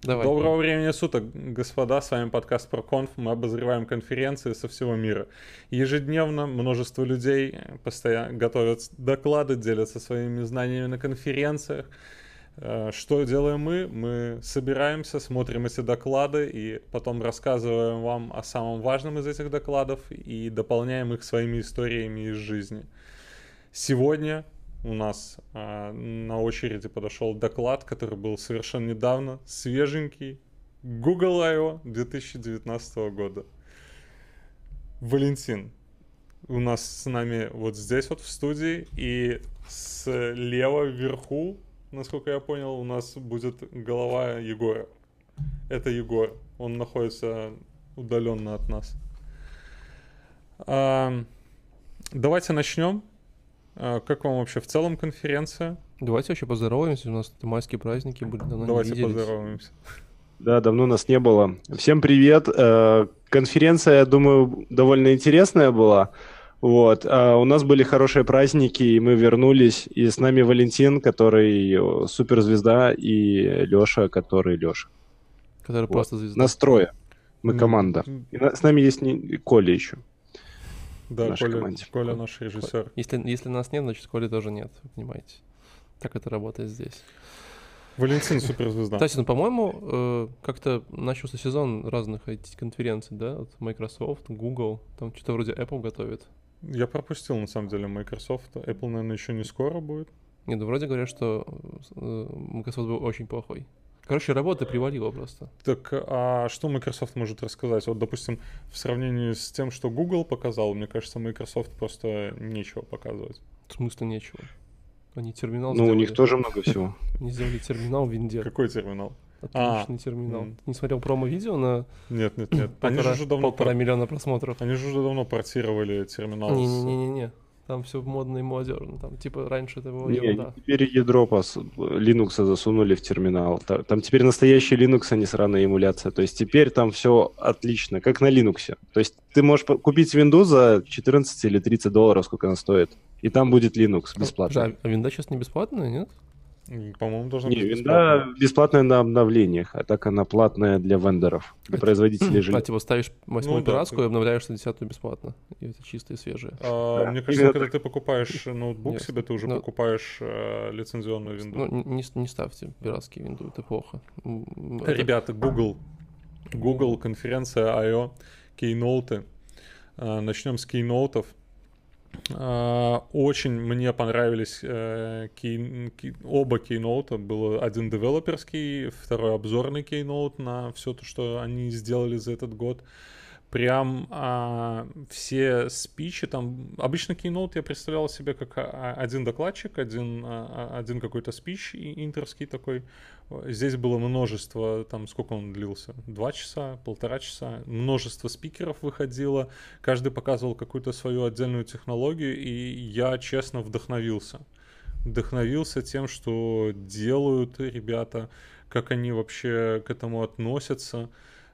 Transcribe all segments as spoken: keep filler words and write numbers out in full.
Давай. Доброго времени суток, господа, с вами подкаст ProConf, мы обозреваем конференции со всего мира. Ежедневно множество людей постоянно готовят доклады, делятся своими знаниями на конференциях. Что делаем мы? Мы собираемся, смотрим эти доклады и потом рассказываем вам о самом важном из этих докладов и дополняем их своими историями из жизни. Сегодня у нас а, на очереди подошел доклад, который был совершенно недавно, свеженький, Google I O две тысячи девятнадцатого года. Валентин у нас с нами вот здесь вот в студии, и слева вверху, насколько я понял, у нас будет голова Егора. Это Егор, он находится удаленно от нас. А, давайте начнем. Как вам вообще в целом конференция? Давайте вообще поздороваемся, у нас майские праздники были, давно Давайте не виделись. поздороваемся. Да, давно нас не было. Всем привет. Конференция, я думаю, довольно интересная была. Вот. У нас были хорошие праздники, и мы вернулись. И с нами Валентин, который суперзвезда, и Леша, который Леша. Который вот. Просто звезда. Нас трое. Мы команда. И с нами есть Коля еще. Да, Коля, Коля наш режиссер. Если, если нас нет, значит Коли тоже нет, вы понимаете. Так это работает здесь. Валентин суперзвезда. Кстати, ну, по-моему, э, как-то начался сезон разных ай ти-конференций, да? Вот Microsoft, Google, там что-то вроде Apple готовит. Я пропустил, на самом деле, Microsoft. Apple, наверное, еще не скоро будет. Нет, ну вроде говорят, что э, Microsoft был очень плохой. Короче, работа привалила просто. Так, а что Microsoft может рассказать? Вот, допустим, в сравнении с тем, что Google показал, мне кажется, Microsoft просто нечего показывать. В смысле нечего? Они терминал ну, сделали. Ну, у них тоже много всего. Они сделали терминал в винде. Какой терминал? Отличный а, терминал. М- Ты не смотрел промо-видео на... Нет, нет, нет. Полтора, они же уже давно полтора пор... миллиона просмотров. Они же уже давно портировали терминал. Не-не-не-не. Там все модно и молодежно. Там типа раньше это было не, ерунда. Теперь ядро пос... Linux засунули в терминал. Там теперь настоящий Linux, а не сраная эмуляция. То есть теперь там все отлично, как на Linux. То есть ты можешь купить Windows за четырнадцать или тридцать долларов, сколько она стоит, и там будет Linux бесплатно. А, а Windows сейчас не бесплатная, нет? По-моему, должна не, быть бесплатная. Windows бесплатная на обновлениях, а так она платная для вендоров, для а производителей железа. А типа ставишь восьмую ну, пиратскую да, и обновляешь на десятую бесплатно. И это чистые, свежие. А, да. Мне кажется, когда ты покупаешь ноутбук yes. себе, ты уже no. покупаешь э, лицензионную винду. Ну, не, не ставьте пиратские винду, это плохо. Ребята, Google. Google, конференция ай о, кейноуты. А, начнем с кейноутов. Uh, очень мне понравились uh, кей, кей, оба кейноута. Был один девелоперский, второй обзорный кейноут на все то, что они сделали за этот год. Прям uh, все спичи там... Обычно кейноут я представлял себе как один докладчик, один, uh, один какой-то спич интерский такой. Здесь было множество, там сколько он длился? Два часа, полтора часа. Множество спикеров выходило, каждый показывал какую-то свою отдельную технологию, и я честно вдохновился. Вдохновился тем, что делают ребята, как они вообще к этому относятся.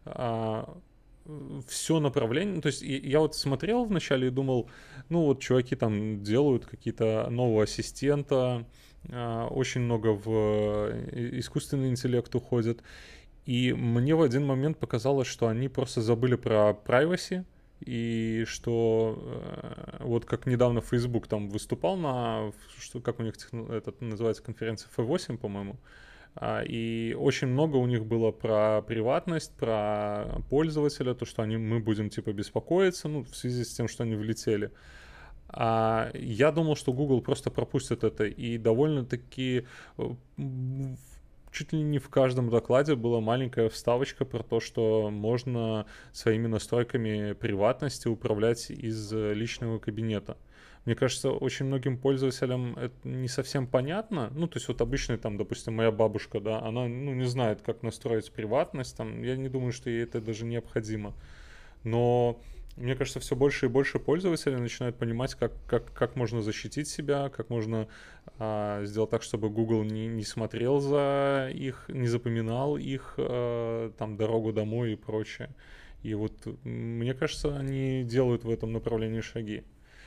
Все направление, то есть я вот смотрел вначале и думал, ну вот чуваки там делают какие-то нового ассистента, очень много в искусственный интеллект уходит, и мне в один момент показалось, что они просто забыли про privacy, и что вот как недавно Facebook там выступал на, что, как у них это называется, конференция эф восемь, по-моему, и очень много у них было про приватность, про пользователя, то, что они, мы будем типа беспокоиться, ну, в связи с тем, что они влетели. А я думал, что Google просто пропустит это, и довольно-таки чуть ли не в каждом докладе была маленькая вставочка про то, что можно своими настройками приватности управлять из личного кабинета. Мне кажется, очень многим пользователям это не совсем понятно. Ну, то есть вот обычный там, допустим, моя бабушка, да, она, ну, не знает, как настроить приватность, там, я не думаю, что ей это даже необходимо. Но мне кажется, все больше и больше пользователей начинают понимать, как, как, как можно защитить себя, как можно а, сделать так, чтобы Google не, не смотрел за их, не запоминал их а, там дорогу домой и прочее. И вот мне кажется, они делают в этом направлении шаги.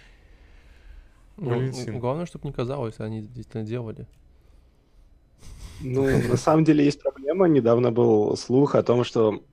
Ну, главное, чтобы не казалось, они действительно делали. Ну, на самом деле есть проблема. проблема. Недавно был слух о том, что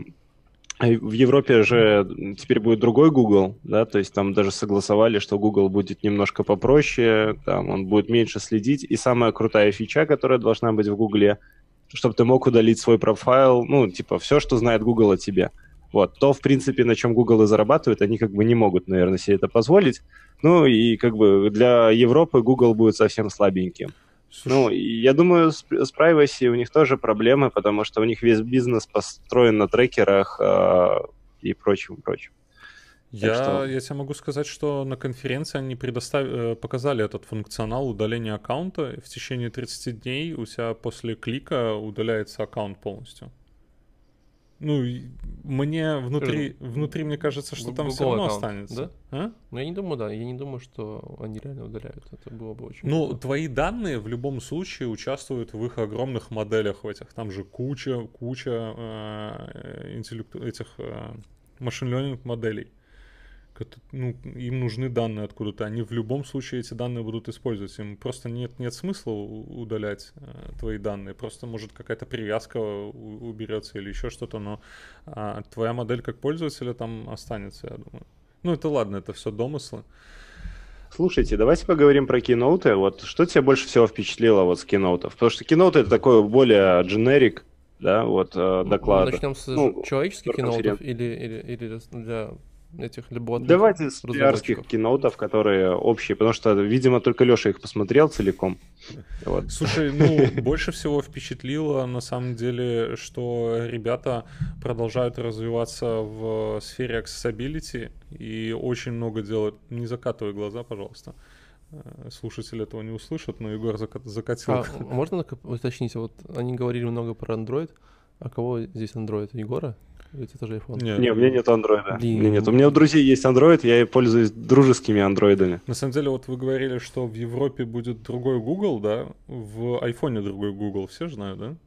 в Европе же теперь будет другой Google, да, то есть там даже согласовали, что Google будет немножко попроще, там он будет меньше следить, и самая крутая фича, которая должна быть в Гугле, чтобы ты мог удалить свой профайл, ну, типа, все, что знает Google о тебе. Вот, то, в принципе, на чем Google и зарабатывает, они как бы не могут, наверное, себе это позволить. Ну, и как бы для Европы Google будет совсем слабеньким. Слушай, Ну, и я думаю, с, с privacy у них тоже проблемы, потому что у них весь бизнес построен на трекерах э, и прочем, прочем. Я, что... я тебе могу сказать, что на конференции они предоставили, показали этот функционал удаления аккаунта. В течение тридцати дней у тебя после клика удаляется аккаунт полностью. Ну, мне внутри, внутри мне кажется, что там все равно аккаунт, останется. Да? А? Ну, я не думаю, да. Я не думаю, что они реально удаляют. Это было бы очень... Ну, круто. Твои данные в любом случае участвуют в их огромных моделях в этих. Там же куча, куча э, интеллекту... этих э, машин-лернинг моделей. Ну, им нужны данные откуда-то. Они в любом случае эти данные будут использовать. Им просто нет, нет смысла удалять э, твои данные. Просто, может, какая-то привязка уберется или еще что-то, но э, твоя модель как пользователя там останется, я думаю. Ну, это ладно, это все домыслы. Слушайте, давайте поговорим про кейноуты. Вот что тебя больше всего впечатлило вот с кейноутов? Потому что кейноуты — это такой более generic, да, вот э, доклад. Начнем с ну, человеческих кейноутов или, или, или для... этих люботных Давайте с пиарских кейноутов, которые общие, потому что, видимо, только Леша их посмотрел целиком. Вот. Слушай, ну, больше всего впечатлило, на самом деле, что ребята продолжают развиваться в сфере accessibility и очень много делают. Не закатывай глаза, пожалуйста. Слушатели этого не услышат, но Егор закатил. А можно уточнить? Вот они говорили много про Android. А кого здесь Android? Егора? Или это тоже iPhone? Нет, не, у меня нет андроида. У меня, нет. у меня у друзей есть Android, я пользуюсь дружескими андроидами. На самом деле, вот вы говорили, что в Европе будет другой Google, да? В айфоне другой Google, все знают, да?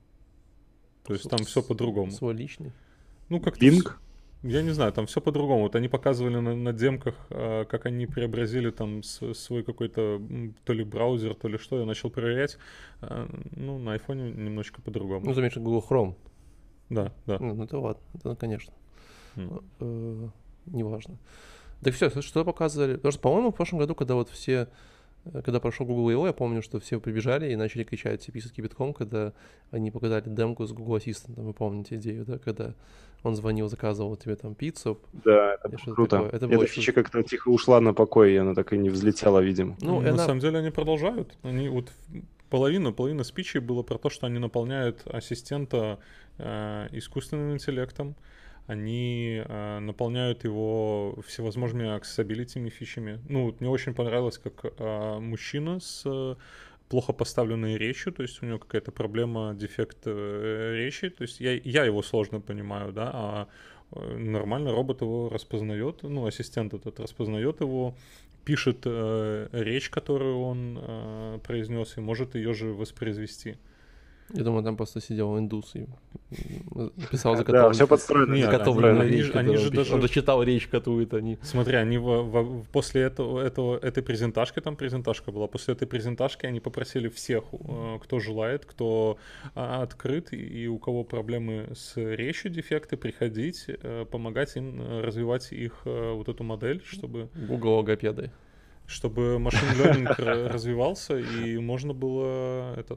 То есть там все по-другому. Свой личный. Ну, как-то... Bing? Я не знаю, там все по-другому. Вот они показывали на, на демках, как они преобразили там свой какой-то то ли браузер, то ли что. Я начал проверять. Ну, на айфоне немножечко по-другому. Ну, заметьте, Google Chrome. Да, да. Ну, ну это ладно, это конечно. Mm. Э, неважно. Так все, что показывали? Потому что, по-моему, в прошлом году, когда вот все, когда прошел Google I O, я помню, что все прибежали и начали кричать и писать кипятком, когда они показали демку с Google Assistant. Вы помните идею, да? Когда он звонил, заказывал тебе там пиццу. Да, это было круто. Такое. Это Эта фича что... как-то тихо ушла на покой, и она так и не взлетела, видимо. Ну, на она... самом деле они продолжают. Они вот половина, половина спичей было про то, что они наполняют ассистента э, искусственным интеллектом. Они э, наполняют его всевозможными accessibility фичами. Ну, вот мне очень понравилось, как э, мужчина с э, плохо поставленной речью, то есть у него какая-то проблема, дефект э, речи, то есть я, я его сложно понимаю, да, а э, нормально робот его распознает, ну, ассистент этот распознает его, пишет э, речь, которую он э, произнес, и может ее же воспроизвести. Я думаю, там просто сидел индус и писал заготовленную. Да, все подстроено. Нет, заготовленную они, речь, они же даже... Он дочитал речь какую-то. Они... Смотри, они в, в, после этого, этого, этой презентажки, там презентажка была, после этой презентажки они попросили всех, кто желает, кто открыт и у кого проблемы с речью, дефекты, приходить, помогать им развивать их вот эту модель, чтобы... Google логопеды. Чтобы машин-лернинг развивался, и можно было этот...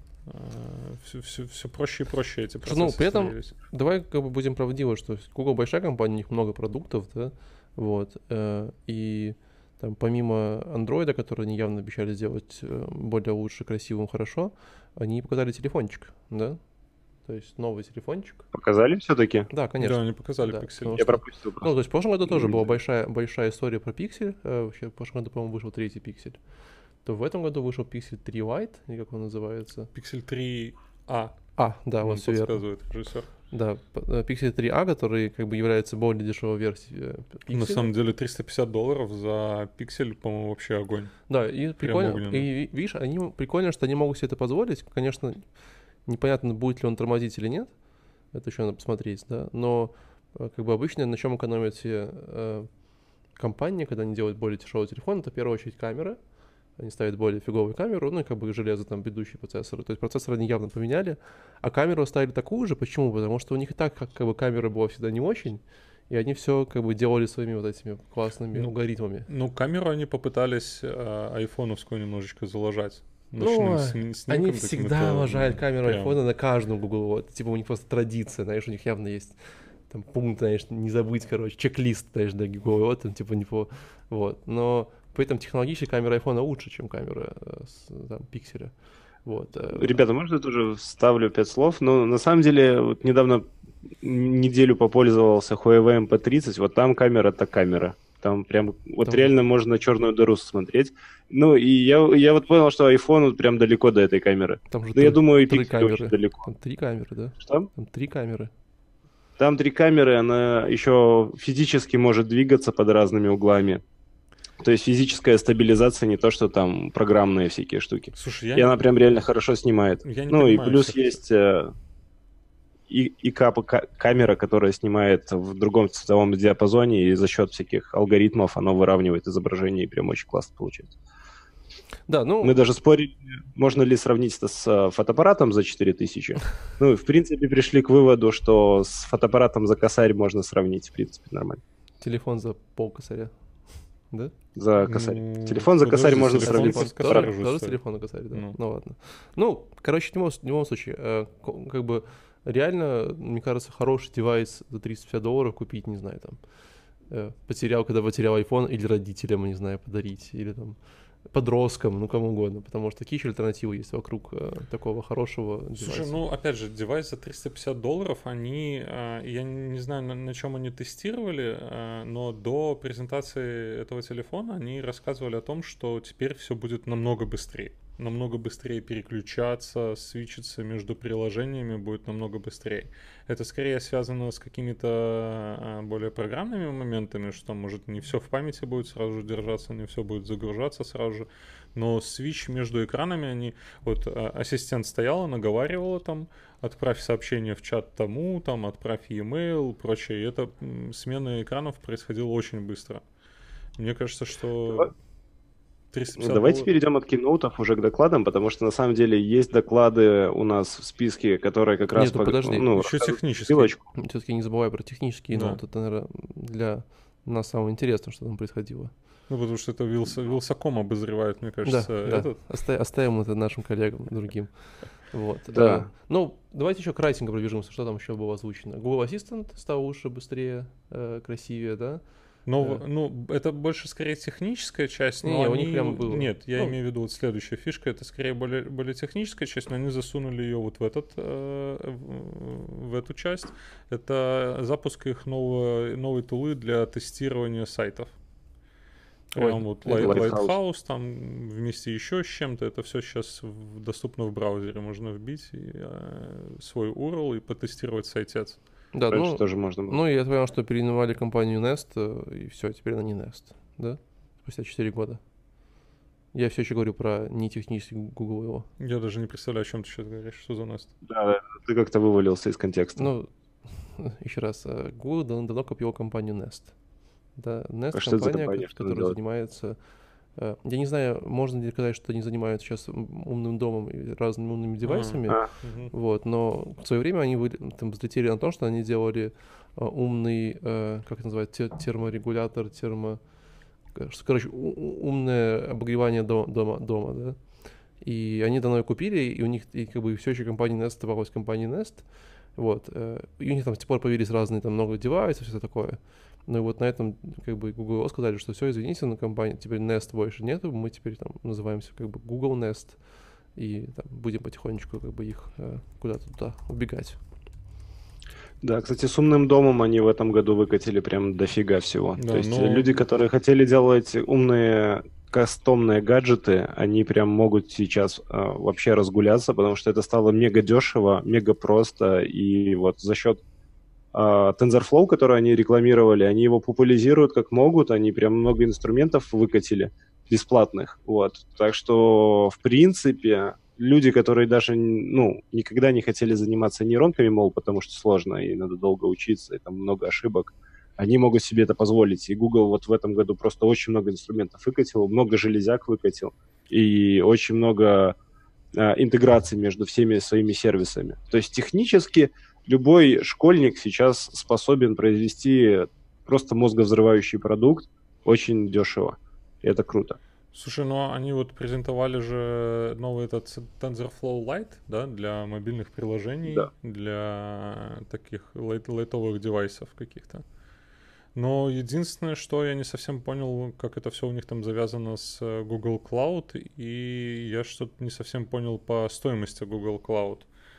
Все, все, все проще и проще эти процессы. Ну, при этом, давай как бы будем правдивы, что Google большая компания, у них много продуктов, да, вот, э, и там помимо Android, который они явно обещали сделать более лучше, красивым, хорошо, они показали телефончик, да, то есть новый телефончик. Показали все-таки? Да, конечно. Да, они показали да, Pixel. Я что, пропустил просто. Ну, то есть в прошлом году тоже mm-hmm. была большая, большая история про Pixel, э, вообще в прошлом году, по-моему, вышел третий Pixel. То в этом году вышел Pixel три Lite, или как он называется? Pixel три а. А, да, вот все верно. Режиссер. Да, Pixel три а, который как бы является более дешевой версией Pixel. На самом деле триста пятьдесят долларов за Pixel, по-моему, вообще огонь. Да, и прикольно, и видишь, они прикольно, что они могут себе это позволить. Конечно, непонятно, будет ли он тормозить или нет, это еще надо посмотреть, да, но как бы обычно на чем экономят все э, компании, когда они делают более дешевый телефон, это в первую очередь камера. они ставят более фиговую камеру, ну и как бы железо там ведущие процессоры. То есть процессоры они явно поменяли, а камеру оставили такую же. Почему? Потому что у них и так как, как бы камера была всегда не очень, и они все как бы делали своими вот этими классными Ну, алгоритмами. Ну, камеру они попытались э, айфоновскую немножечко заложить. Ну, Ночным сни- они снимком всегда каким-то, ложают м, камеру прям. айфона на каждом Google. Вот. Типа у них просто традиция, знаешь, у них явно есть там пункт, знаешь, не забыть, короче, чек-лист, знаешь, да, Google, вот, там, типа, не по... Вот. Но при этом технологически камера айфона лучше, чем камера э, с, там, пикселя. Вот. э. Ребята, можно я тоже вставлю пять слов? Ну, на самом деле, вот недавно неделю попользовался Huawei эм пи тридцать, вот там камера — это камера. Там прям, вот Там- реально можно черную дыру смотреть. Ну, и я, я вот понял, что iPhone вот прям далеко до этой камеры. Там же Ну, я три- думаю, и три Pixel очень камеры. далеко. Там три камеры, да? Что? Там три камеры. Там три камеры, она еще физически может двигаться под разными углами. То есть физическая стабилизация, не то, что там программные всякие штуки. Слушай, я, И она прям реально хорошо снимает. я не Ну и понимаю плюс всех есть э, и, и кап- ка- камера, которая снимает в другом цветовом диапазоне, и за счет всяких алгоритмов она выравнивает изображение, и прям очень классно получается. Да, ну, Мы даже спорили, можно ли сравнить это с э, фотоаппаратом за четыре тысячи. Ну и в принципе пришли к выводу, что с фотоаппаратом за косарь можно сравнить, в принципе, нормально. телефон за полкосаря. Да? За косарь. Ну, Телефон за косарь подожди, можно телефон сравнить под с косарь фотоаппаратом. уже Тоже с стоит. телефона косарь, да? Ну. Ну ладно. Ну, короче, в любом, в любом случае, э, ко- как бы реально, мне кажется, хороший девайс за триста пятьдесят долларов купить, не знаю, там, э, потерял, когда потерял iPhone, или родителям, не знаю, подарить, или там подросткам, ну кому угодно, потому что такие еще альтернативы есть вокруг э, такого хорошего девайса. Слушай, ну опять же, девайс за триста пятьдесят долларов, они, э, я не знаю, на, на чем они тестировали, э, но до презентации этого телефона они рассказывали о том, что теперь все будет намного быстрее. Намного быстрее переключаться, свитчиться между приложениями будет намного быстрее. Это скорее связано с какими-то э, более программными моментами, что может не все в памяти будет сразу же держаться, не все будет загружаться сразу же. Но свитч между экранами, они... Вот э, ассистент стояла, наговаривала там, отправь сообщение в чат тому, там, отправь e-mail, прочее. И это м, смена экранов происходила очень быстро. Мне кажется, что... триста пятьдесят Давайте долларов- перейдем от киноутов уже к докладам, потому что на самом деле есть доклады у нас в списке, которые как раз... Нет, ну пог- подожди. ну, Еще рассказывают технически. ссылочку. Все-таки не забывай про технические Да. ноуты. Это, наверное, для нас самое интересное, что там происходило. Ну, потому что это Вилса, Вилсаком обозревает, мне Да, кажется, да. этот. Оста- оставим это нашим коллегам другим. Вот. Да. Э, Ну, давайте еще кратенько пробежимся, что там еще было озвучено. Google Assistant стал лучше, быстрее, э, красивее, да? Но, Да. ну, это больше скорее техническая часть, но Не, у них они- прям было. Нет, я Ну. имею в виду вот следующая фишка, это скорее более, более техническая часть, но они засунули ее вот в этот, э, в, в эту часть. Это запуск их нового, новой тулы для тестирования сайтов. Прям Ой, вот это Light- Lighthouse. Lighthouse, там вместе еще с чем-то, это все сейчас в- доступно в браузере, можно вбить и, э, свой ю ар эл и потестировать сайтец. Да, Раньше ну, тоже можно было. ну, я понял, что переименовали компанию Nest, э, и все, теперь она не Nest, да? Спустя четыре года. Я все еще говорю про нетехнический Google его. Я даже не представляю, о чем ты сейчас говоришь, что за Nest. Да, да, ты как-то вывалился из контекста. Ну, еще раз, э, Google дав- давно купил компанию Nest. Да, Nest А что это за компания, компания, ко- что она которая делает? занимается... э, Я не знаю, можно ли сказать, что они занимаются сейчас ум- умным домом и разными умными девайсами. А, Мгм. Вот, но в свое время они вы- там взлетели на том, что они делали э, умный, э, как это называется, те- терморегулятор, термо... к- что, Короче, у- у- умное обогревание до- дома, дома, да. И они давно ее купили, и у них и как бы все еще компания Nest оставалась компанией Nest. Вот. э, И у них там с тех пор появились разные там много девайсов, все такое. Ну и вот на этом как бы Google сказали, что все, извините, на компании теперь Nest больше нету, мы теперь там называемся как бы Google Nest, и там будем потихонечку как бы их э, куда-то туда убегать. да, кстати, с умным домом они в этом году выкатили прям дофига всего. Да, То есть но- люди, которые хотели делать умные кастомные гаджеты, они прям могут сейчас э, вообще разгуляться, потому что это стало мега дешево, мега просто, и вот за счет э, TensorFlow, который они рекламировали, они его популяризируют как могут, они прям много инструментов выкатили бесплатных, вот. Так что, в принципе, люди, которые даже, ну, никогда не хотели заниматься нейронками, мол, потому что сложно и надо долго учиться, и там много ошибок, они могут себе это позволить. И Google вот в этом году просто очень много инструментов выкатил, много железяк выкатил. и очень много э, интеграций между всеми своими сервисами. То есть технически любой школьник сейчас способен произвести просто мозговзрывающий продукт очень дешево. И это круто. Слушай, ну они вот презентовали же новый этот TensorFlow Lite, да, для мобильных приложений, Да. для таких лайт- лайтовых девайсов каких-то. Но единственное, что я не совсем понял, как это все у них там завязано с Google Cloud, и я что-то не совсем понял по стоимости Google Cloud.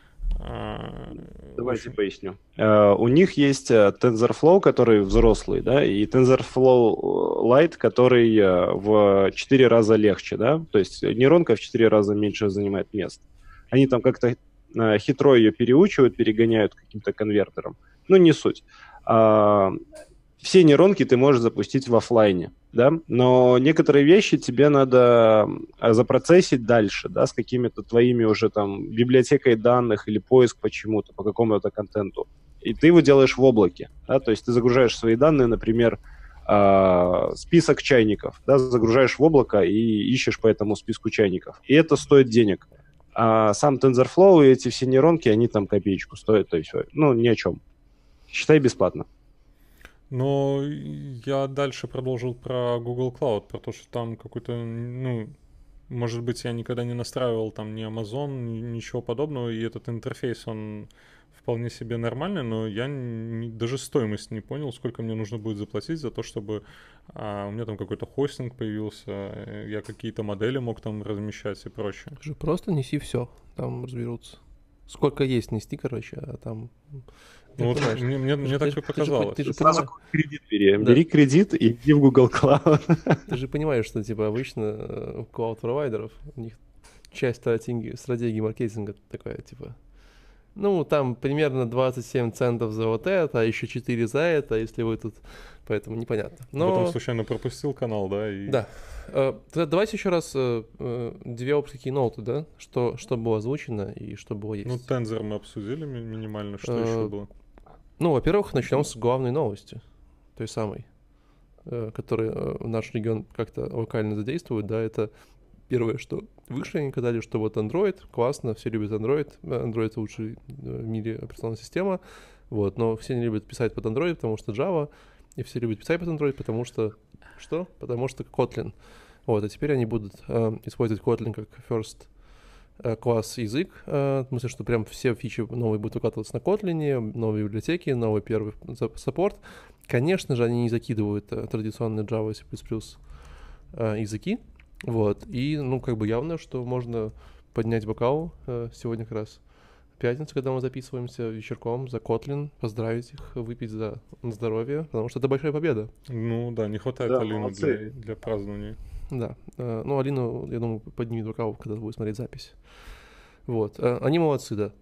А, Давайте очень- поясню. Э, у них есть э, TensorFlow, который взрослый, да, и TensorFlow Lite, который э, в четыре раза легче, да, то есть нейронка в четыре раза меньше занимает мест. Они там как-то э, хитро ее переучивают, перегоняют каким-то конвертером. Ну, не суть. А, все нейронки ты можешь запустить в офлайне, да, но некоторые вещи тебе надо а, запроцессить дальше, да, с какими-то твоими уже там библиотекой данных или поиск почему-то, по какому-то контенту. И ты его делаешь в облаке, да, то есть ты загружаешь свои данные, например, а, список чайников, да, загружаешь в облако и ищешь по этому списку чайников. И это стоит денег. А сам TensorFlow и эти все нейронки, они там копеечку стоят, то есть, ну, ни о чем. Считай бесплатно. Но я дальше продолжил про Google Cloud, про то, что там какой-то, ну, может быть, я никогда не настраивал там ни Amazon, ни ничего подобного, и этот интерфейс, он вполне себе нормальный, но я не, даже стоимость не понял, сколько мне нужно будет заплатить за то, чтобы а, у меня там какой-то хостинг появился, я какие-то модели мог там размещать и прочее. Ты же просто неси все, там разберутся. Сколько есть нести, короче, а там... Ну, вот понимаешь, мне, мне, ты мне же- так ты же- и показалось. Ты же, Ты сразу понимаешь, кредит бери. Да. Бери кредит и иди в Google Cloud. ты же понимаешь, что типа обычно э, у клауд-провайдеров у них часть стратегии, стратегии маркетинга такая, типа, ну, там примерно двадцать семь центов за вот это, а еще четыре за это, если вы тут... Поэтому непонятно. Но... Потом случайно пропустил канал, да? И... Да. Э, Тогда давайте еще раз э, э, девелоперские кейноуты, да? Что, что было озвучено и что было есть. Ну, Tensor мы обсудили ми- минимально, что Э, еще было? Ну, во-первых, начнем с главной новости, той самой, э, которая э, в наш регион как-то локально задействует, да, это первое, что вышли, они сказали, что вот Android, классно, все любят Android, Android лучший э, в мире операционная система, вот, но все не любят писать под Android, потому что Java, и все любят писать под Android, потому что, что? Потому что Kotlin. Вот, а теперь они будут э, использовать Kotlin как first класс язык, э, в смысле, что прям все фичи новые будут выкатываться на Kotlin, новые библиотеки, новый первый саппорт. Конечно же, они не закидывают э, традиционные Java и C++ э, языки, вот, и, ну, как бы явно, что можно поднять бокал э, сегодня как раз пятница, когда мы записываемся вечерком за Kotlin, поздравить их, выпить за здоровье, потому что это большая победа. Ну да, не хватает Да, Алину для, молодцы. для празднования. Да, э, ну, Алину, я думаю, поднимет бокал, когда будет смотреть запись. Вот, э, они молодцы, да.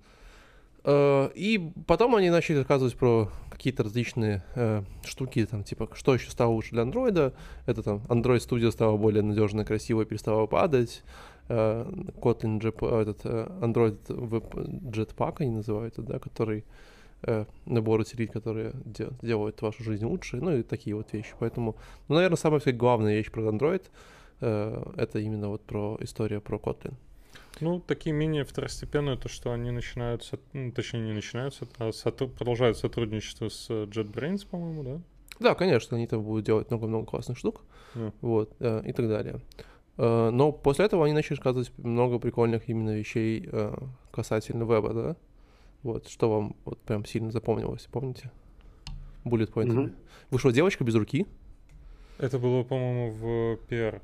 Э, И потом они начали рассказывать про какие-то различные э, штуки, там, типа, что еще стало лучше для андроида. Это там, Android Studio стала более надежно, красиво, перестала падать. Э, Kotlin Jet- этот, э, Android Web Jetpack они называют, да, который э, набор утилит, которые де- делают вашу жизнь лучше, ну и такие вот вещи. Поэтому, ну, наверное, самая всякая главная вещь про Android э, это именно вот про история про Kotlin. Ну, такие менее второстепенные, то, что они начинают, со- ну, точнее, не начинаются, а сотруд- продолжают сотрудничество с э, JetBrains, по-моему, да? Да, конечно, они там будут делать много-много классных штук, Да. вот, э, и так далее. Э, но после этого они начали рассказывать много прикольных именно вещей э, касательно веба, да? Вот, что вам вот прям сильно запомнилось, помните? Буллет-поинтами. Мгм. Вышла девочка без руки. Это было, по-моему, в пи ар.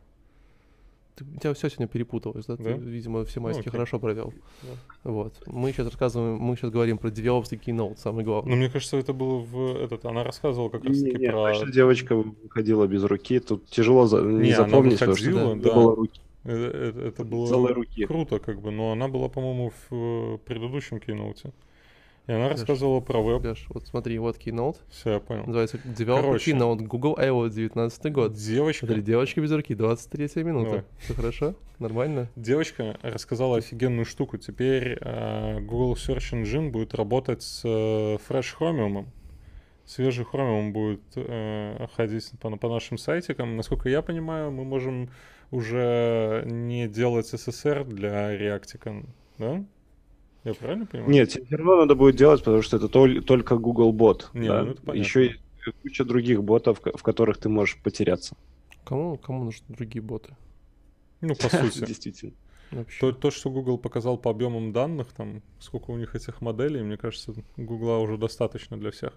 Ты, у тебя все сегодня перепуталось, да? Да? Ты, видимо, все майские окей. хорошо провел. Да. Вот. Мы сейчас рассказываем, мы сейчас говорим про девелоперский кейноут, самый главный. Но мне кажется, это было в этот. Она рассказывала как раз таки Не-не, про. точно девочка выходила без руки. Тут тяжело за- не, Не, она запомнить, потому что выходила, не да. было руки. Э, э, Это, было Целой руки. круто, как бы, но она была, по-моему, в э, предыдущем кейноуте. И она Гош, рассказывала про веб. Гош, вот смотри, вот кейноут. Все, я понял. Называется Developer Короче. Keynote Google I O девятнадцатый год. Девочка, Смотри, девочка без руки, двадцать третья минута. Давай. Все хорошо? Нормально? девочка рассказала офигенную штуку. Теперь э, Google Search Engine будет работать с э, Fresh Chromium. Свежий Chromium будет э, ходить по, по нашим сайтикам. Насколько я понимаю, мы можем уже не делать эс эс эр для реактика, да? Я правильно понимаю? Нет, тебе все равно надо будет делать, потому что это тол- только Google бот. Не, да? ну это понятно. Еще есть куча других ботов, в которых ты можешь потеряться. Кому, кому нужны другие боты? Ну, по сути. Действительно. То, то, что Google показал по объемам данных, там, сколько у них этих моделей, мне кажется, Google уже достаточно для всех.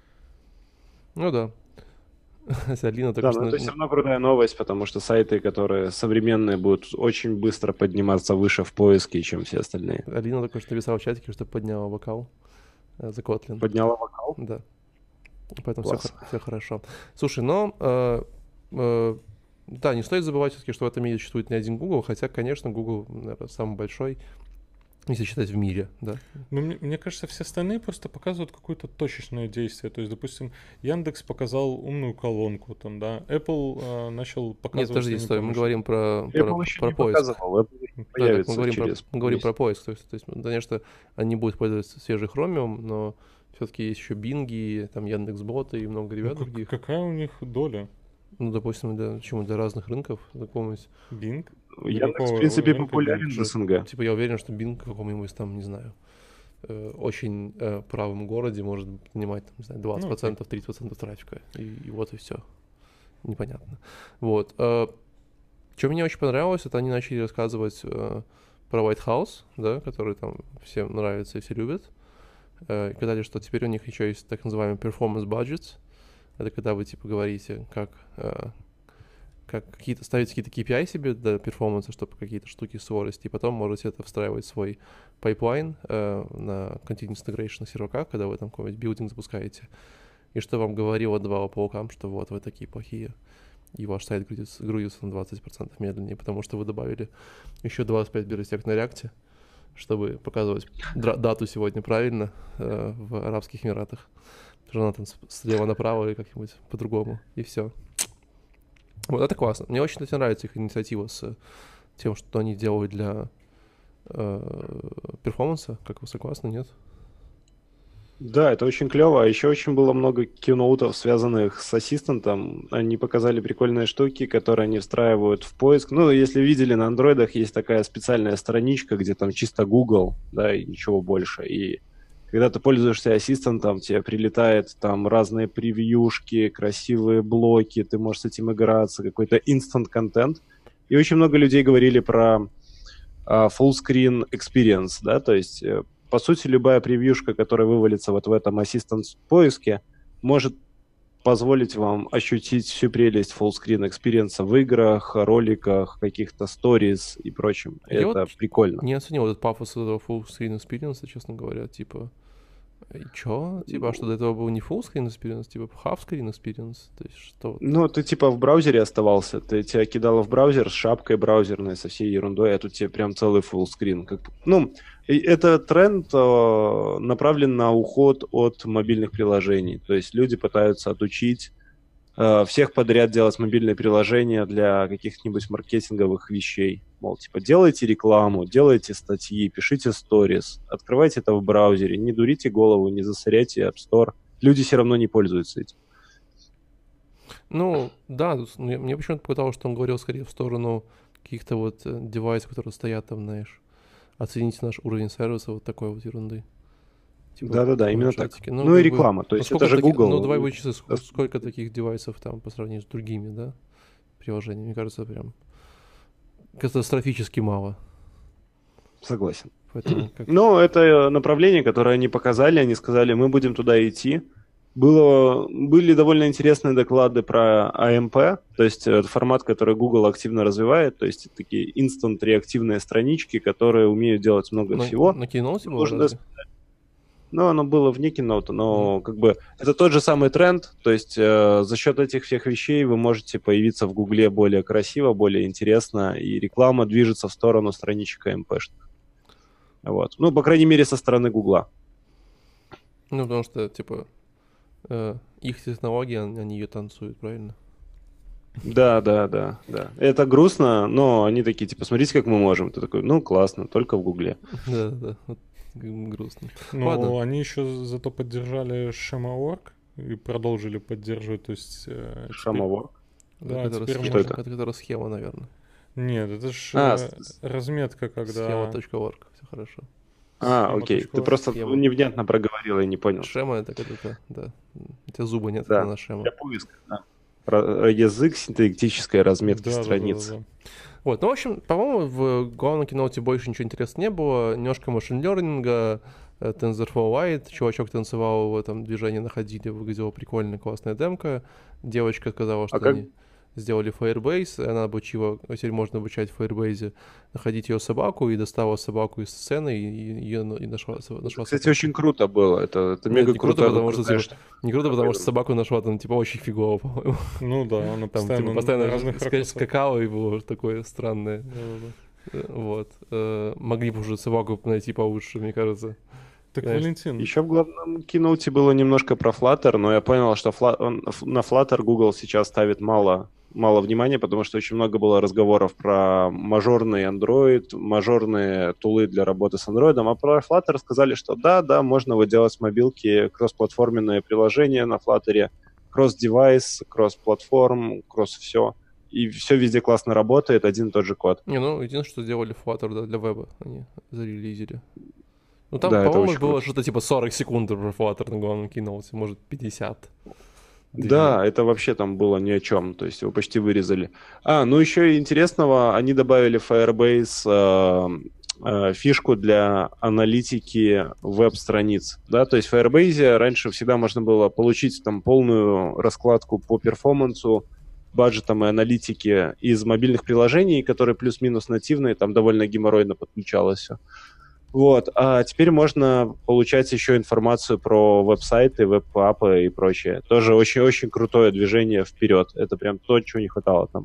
Ну да. Алина Да, только но что... это все равно крутая новость, потому что сайты, которые современные, будут очень быстро подниматься выше в поиске, чем все остальные. Алина только что написала в чатике, что подняла вокал э, за Kotlin. Подняла вокал? Да. Поэтому все, Класс. все хорошо. Слушай, но... э, э, да, не стоит забывать все-таки, что в этом мире существует не один Google, хотя, конечно, Google, наверное, самый большой, если считать в мире, да. Ну, мне, мне кажется, все остальные просто показывают какое-то точечное действие. То есть, допустим, Яндекс показал умную колонку, там, да, Apple э, начал Нет, показывать... подожди, я не стой, помню, мы что- говорим про, Apple про, еще про не поиск. показывал, Apple Да, так появится мы говорим, про, через мы говорим про месяц. поиск. То есть, то есть, ну, конечно, они будут пользоваться свежей Chromium, но все-таки есть еще Bing, там Яндекс.Боты и много Ну, ребят как- других. какая у них доля? Ну, допустим, для, чему, для разных рынков. Какого-нибудь, Bing? Яндекс, Какого в принципе, рынка популярен Bing? в СНГ. типа, я уверен, что Bing в каком-нибудь там, не знаю, э, очень э, правом городе может занимать, там, не знаю, двадцать процентов, тридцать процентов трафика. И, и вот и все. Непонятно. Вот. Э, что мне очень понравилось, это они начали рассказывать э, про White House, да, который там всем нравится и все любят. Э, и сказали, что теперь у них еще есть так называемый performance budgets. Это когда вы типа говорите, как, э, как какие-то ставите какие-то кей пи ай себе для перформанса, чтобы какие-то штуки скорости, и потом можете это встраивать в свой пайплайн э, на continuous integration серваках, когда вы там какой-нибудь билдинг запускаете, и что вам говорило два по бокам, что вот вы такие плохие, и ваш сайт грузится, грузится на двадцать процентов медленнее, потому что вы добавили еще двадцать пять биростек на реакте, чтобы показывать дра- дату сегодня правильно э, в Арабских Эмиратах. Что она там слева направо или как-нибудь по-другому, и все. Вот это классно. Мне очень, кстати, нравится их инициатива с тем, что они делают для э, перформанса. Как вы согласны, нет? Да, это очень клево. А еще очень было много киноутов, связанных с ассистентом. Они показали прикольные штуки, которые они встраивают в поиск. Ну, если видели, на андроидах есть такая специальная страничка, где там чисто Google, да, и ничего больше. И когда ты пользуешься ассистентом, тебе прилетает там разные превьюшки, красивые блоки, ты можешь с этим играться, какой-то instant-контент. И очень много людей говорили про uh, full-screen experience, да, то есть, по сути, любая превьюшка, которая вывалится вот в этом ассистент-поиске, может позволить вам ощутить всю прелесть full-screen experience в играх, роликах, каких-то stories и прочем. Я Это вот прикольно. Не оценил этот пафос этого full screen experience, честно говоря, типа, и чё? Типа, а что до этого был не full screen experience, типа half screen experience? То есть что? Ну, ты типа в браузере оставался, ты тебя кидало в браузер с шапкой браузерной, со всей ерундой, а тут тебе прям целый фуллскрин. Как... Ну, и это тренд э, направлен на уход от мобильных приложений. То есть люди пытаются отучить э, всех подряд делать мобильные приложения для каких-нибудь маркетинговых вещей. Мол, типа, делайте рекламу, делайте статьи, пишите сторис, открывайте это в браузере, не дурите голову, не засоряйте App Store. Люди все равно не пользуются этим. Ну, да, тут мне, мне почему-то показалось, что он говорил скорее в сторону каких-то вот э, девайсов, которые стоят там, знаешь, оцените наш уровень сервиса, вот такой вот ерунды. Типа, Да-да-да, в именно чатике. так. Ну, Ну и как бы, реклама, то ну, есть сколько это же таких- Google. Ну, давай вычисли, ск- сколько таких девайсов там по сравнению с другими, да, приложениями. Мне кажется, прям катастрофически мало. Согласен. Поэтому как... Но это направление, которое они показали, они сказали, мы будем туда идти. Было, были довольно интересные доклады про эй эм пи, то есть это формат, который Google активно развивает, то есть это такие инстант-реактивные странички, которые умеют делать много на, всего. на Keynote было Можно разве? Ну, оно было вне Keynote, но как бы это тот же самый тренд, то есть э, за счет этих всех вещей вы можете появиться в Гугле более красиво, более интересно, и реклама движется в сторону страничек эй эм пи-шных. Вот. Ну, по крайней мере, со стороны Гугла. Ну, потому что, типа, э, их технологии, они, они ее танцуют, правильно? Да, да, да, да. Это грустно, но они такие, типа, смотрите, как мы можем. Ты такой, ну, классно, только в Гугле. Да-да-да, вот г- грустно. Ну, Ладно. они еще зато поддержали Shema.org и продолжили поддерживать, то есть... э, теперь- Шамовор. Да, это, теперь схема, Что это? это, это схема, наверное. Нет, это ж А, э, с- разметка, когда... Схема.орг, все хорошо. а, Схема окей. точка Ты орг. просто Схема. невнятно проговорил, я не понял. Шема это как это, да. У тебя зуба нет, Да, это на шема. для поиска, да. Про язык синтетической разметки Да, да, да, страниц. да, да. Вот, ну, в общем, по-моему, в главном киноте больше ничего интересного не было. Немножко машин-лернинга, э, TensorFlow Lite, чувачок танцевал в этом движении, находили, выглядела прикольная, классная демка. Девочка сказала, что А как- они сделали Firebase, и она обучила, теперь можно обучать в Firebase, находить ее собаку, и достала собаку из сцены, и, и, ее на- и нашла, нашла Кстати, собаку. очень круто было. Это, это Нет, мега не круто, круто. потому что, типа, не круто, потому что собаку нашла там, типа, очень фигово, по-моему. Ну да, она Там, постоянно, типа, на постоянно разных ска- ракурсах. скакала, и было такое странное. Да, да, да. Э, Вот. Э, Могли бы уже собаку найти получше, мне кажется. Так, Знаешь, Валентин, Еще в главном киноуте было немножко про Flutter, но я понял, что фла- он- ф- на Flutter Google сейчас ставит мало, мало внимания, потому что очень много было разговоров про мажорный Android, мажорные тулы для работы с Android, а про Flutter сказали, что да, да, можно вот делать с мобилки кроссплатформенные приложения на Flutter, кросс-девайс, кросс-платформ, кросс-все. И все везде классно работает, один и тот же код. Не, ну, единственное, что сделали Flutter, да, для веба, они зарелизили. Ну, там, Да, это по-моему, очень было круто. что-то типа сорок секунд про Flutter на главном киноуте, может, пятьдесят. Да, это вообще там было ни о чем, то есть его почти вырезали. А, ну еще и интересного, они добавили в Firebase э, э, фишку для аналитики веб-страниц, да, то есть в Firebase раньше всегда можно было получить там полную раскладку по перформансу, баджетам и аналитике из мобильных приложений, которые плюс-минус нативные, там довольно геморройно подключалось все. Вот, а теперь можно получать еще информацию про веб-сайты, веб-апы и прочее. Тоже очень-очень крутое движение вперед. Это прям то, чего не хватало там.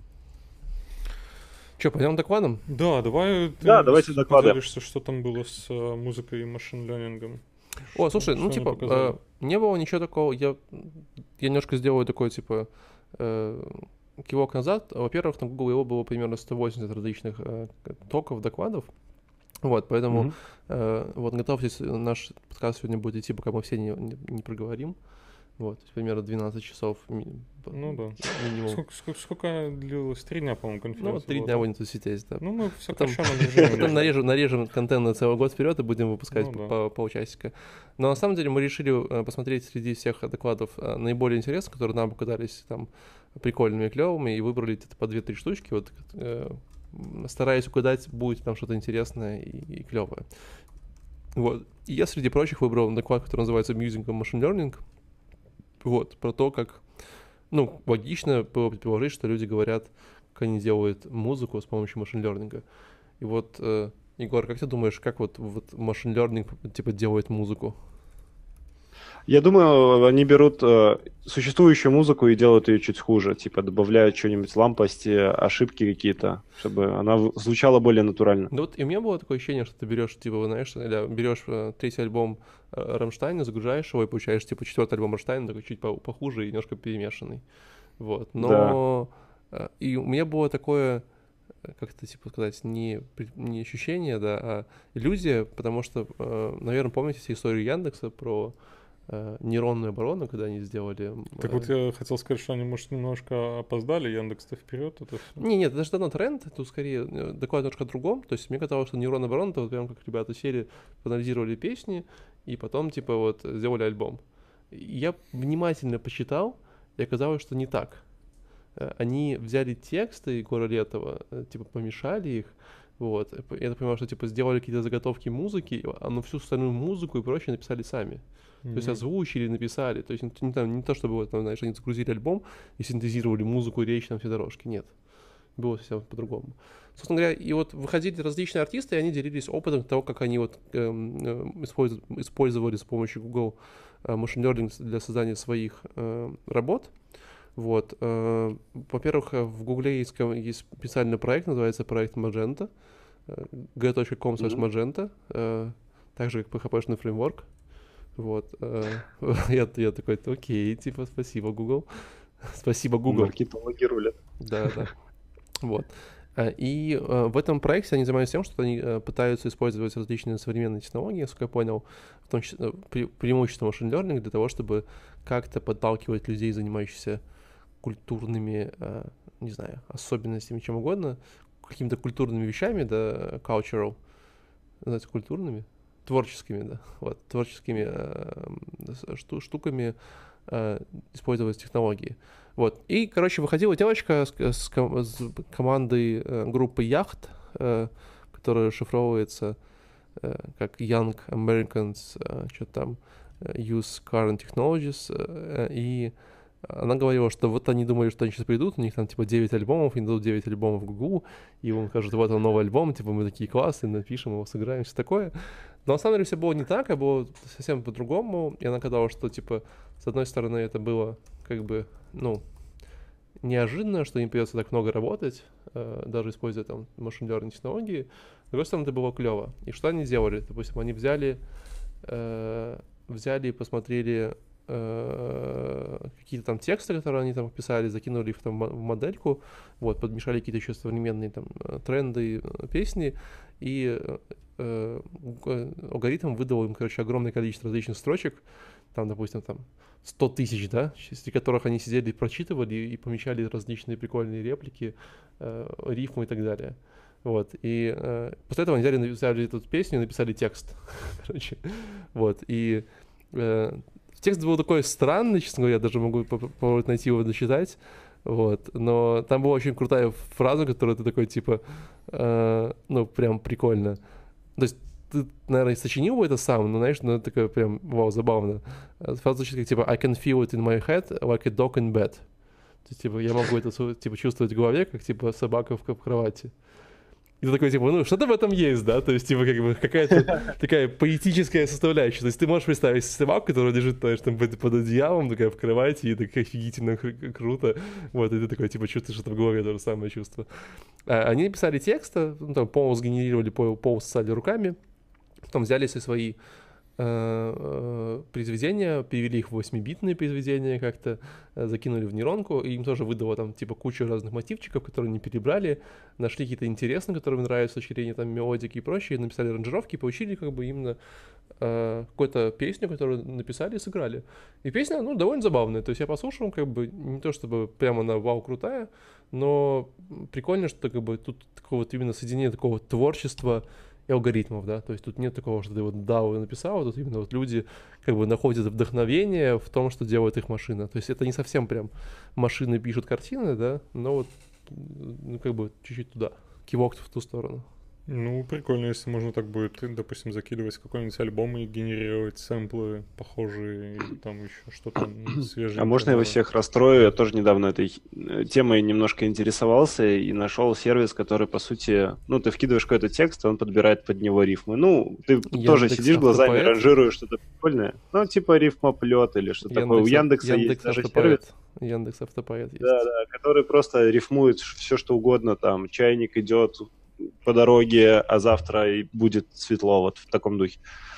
Че, пойдем докладом? да, давай ты Да, давайте с- доклады. поделишься, что там было с э, музыкой и машин-лернингом. О, слушай, ну, Что они типа, показали? э, не было ничего такого, я, я немножко сделаю такой, типа, э, кивок назад. Во-первых, на Google его было примерно сто восемьдесят различных э, токов, докладов. Вот, поэтому Мгм. э, вот готовьтесь, наш подкаст сегодня будет идти, пока мы все не, не, не проговорим. Вот, то есть примерно двенадцать часов ми- Ну да. минимум. Сколько, сколько, сколько длилось? Три дня, по-моему, конференция Ну, вот три была, дня да? будем тут сидеть, да. Ну, мы в Потом, сокращенном режиме. потом можно. нарежем, нарежем контент на целый год вперед и будем выпускать Ну по, да. по полчасика. Но на самом деле мы решили э, посмотреть среди всех докладов э, наиболее интересные, которые нам показались там прикольными и клевыми, и выбрали где-то по две-три штучки. Вот, э, м, стараясь угадать, будет там что-то интересное и, и клевое. Вот. И я среди прочих выбрал доклад, который называется Music and Machine Learning. Вот, про то, как, ну, логично было предположить, что люди говорят, как они делают музыку с помощью машин-лернинга. И вот, э, Егор, как ты думаешь, как вот, вот машин-лернинг, типа, делает музыку? Я думаю, они берут э, существующую музыку и делают ее чуть хуже. Типа добавляют что-нибудь, лампасти, ошибки какие-то, чтобы она в- звучала более натурально. Ну вот и у меня было такое ощущение, что ты берешь, типа, знаешь, или берешь э, третий альбом э, Рамштайна, загружаешь его и получаешь, типа, четвертый альбом Рамштайна, такой чуть по- похуже и немножко перемешанный. Вот, но э, и у меня было такое, э, как это, типа, сказать, не, при- не ощущение, да, а иллюзия, потому что, э, наверное, помните все историю Яндекса про э, нейронную оборону, когда они сделали... м, Так э, вот я хотел сказать, что они, может, немножко опоздали, Яндекс-то вперед. Это всё. Не, нет, это же давно тренд, тут скорее э, доклад немножко о другом. То есть мне казалось, что нейронная оборона, это вот прям как ребята сели, проанализировали песни, и потом, типа, вот, сделали альбом. И я внимательно посчитал, и оказалось, что не так. Э, Они взяли тексты Егора Летова, э, типа, помешали их, вот. Я так понимаю, что, типа, сделали какие-то заготовки музыки, а на всю остальную музыку и прочее написали сами. То есть Мгм. озвучили, написали. То есть не, там, не то, чтобы вот, там, знаешь, они загрузили альбом и синтезировали музыку, речь, там все дорожки. Нет. Было совсем по-другому. Собственно говоря, и вот выходили различные артисты, и они делились опытом того, как они вот эм, эм, использ- использовали с помощью Google э, Machine Learning для создания своих э, работ. Вот. э, Во-первых, э, в Google есть, ко- есть специальный проект, называется проект Magenta. э, g.com slash Magenta. э, Так же, как пи эйч пи-шный фреймворк. Вот. э, Я, я такой, окей, типа, спасибо, Google. Спасибо, Google. Маркетологи рулят. Да, да. Вот. А, И э, в этом проекте они занимаются тем, что они э, пытаются использовать различные современные технологии, насколько я понял, в том числе э, пре- преимущество машин learning для того, чтобы как-то подталкивать людей, занимающихся культурными, э, не знаю, особенностями, чем угодно, какими-то культурными вещами, да, cultural, знаете, культурными, творческими, да, вот, творческими э, шту, штуками э, использовать технологии. Вот. И, короче, выходила девочка с, с, с командой э, группы Yacht, э, которая шифровывается э, как Young Americans, э, что там, Use Current Technologies, э, и она говорила, что вот они думали, что они сейчас придут, у них там типа девять альбомов, они дадут девять альбомов в Гугу, и он скажет, вот он новый альбом, типа мы такие классные, напишем его, сыграем, все такое. Но на самом деле все было не так, а было совсем по-другому, и она сказала, что типа с одной стороны это было как бы, ну, неожиданно, что им придется так много работать, э, даже используя там машин learning технологии, с другой стороны это было клево. И что они сделали? Допустим, они взяли, э, взяли и посмотрели какие-то там тексты, которые они там писали, закинули их там в модельку, вот, подмешали какие-то еще современные там тренды, песни, и э, алгоритм выдал им, короче, огромное количество различных строчек, там, допустим, там сто тысяч, да, среди которых они сидели и прочитывали и помещали различные прикольные реплики, э, рифмы и так далее. Вот, и э, после этого они взяли, взяли эту песню и написали текст, короче, вот, и э, текст был такой странный, честно говоря, я даже могу попробовать найти его, дочитать, вот, но там была очень крутая фраза, которая ты такой, типа, э, ну, прям прикольно. То есть ты, наверное, сочинил бы это сам, но, знаешь, ну, это такое прям, вау, забавно. Фраза звучит как, типа, I can feel it in my head like a dog in bed. То есть, типа, я могу это, типа, чувствовать в голове, как, типа, собака в кровати. И ты такой, типа, ну, что-то в этом есть, да, то есть, типа, как бы какая-то такая поэтическая составляющая. То есть ты можешь представить собаку, которая лежит, знаешь, там под, под одеялом, такая в кровати, и так офигительно кру- круто. Вот, и ты такой, типа, чувствуешь, что в голове то же самое чувство. А, они написали текст, ну, там, полностью сгенерировали, полностью сосали руками, потом взяли все свои произведения, перевели их в восьмибитные произведения как-то, закинули в нейронку, и им тоже выдало там типа кучу разных мотивчиков, которые они перебрали, нашли какие-то интересные, которые им нравятся с точки зрения там мелодики и прочее, написали аранжировки и получили как бы именно э, какую-то песню, которую написали и сыграли. И песня, ну, довольно забавная, то есть я послушал, как бы не то чтобы прямо она вау крутая, но прикольно, что как бы тут такое вот именно соединение такого творчества и алгоритмов, да, то есть тут нет такого, что ты вот дау написал, тут именно вот люди как бы находят вдохновение в том, что делает их машина, то есть это не совсем прям машины пишут картины, да, но вот ну, как бы чуть-чуть туда, кивок в ту сторону. Ну, прикольно, если можно так будет, допустим, закидывать какой-нибудь альбом и генерировать сэмплы похожие, и там еще что-то свежее. А можно я вас всех расстрою? Я тоже недавно этой темой немножко интересовался и нашел сервис, который, по сути, ну, ты вкидываешь какой-то текст, он подбирает под него рифмы. Ну, ты Яндекс тоже сидишь, глазами ранжируешь что-то прикольное. Ну, типа рифмоплет или что-то такое. У Яндекса Яндекс есть даже автопоэт. сервис. Яндекс автопоэт есть. Да, да, который просто рифмует все, что угодно, там, чайник идет по дороге, а завтра и будет светло, вот в таком духе.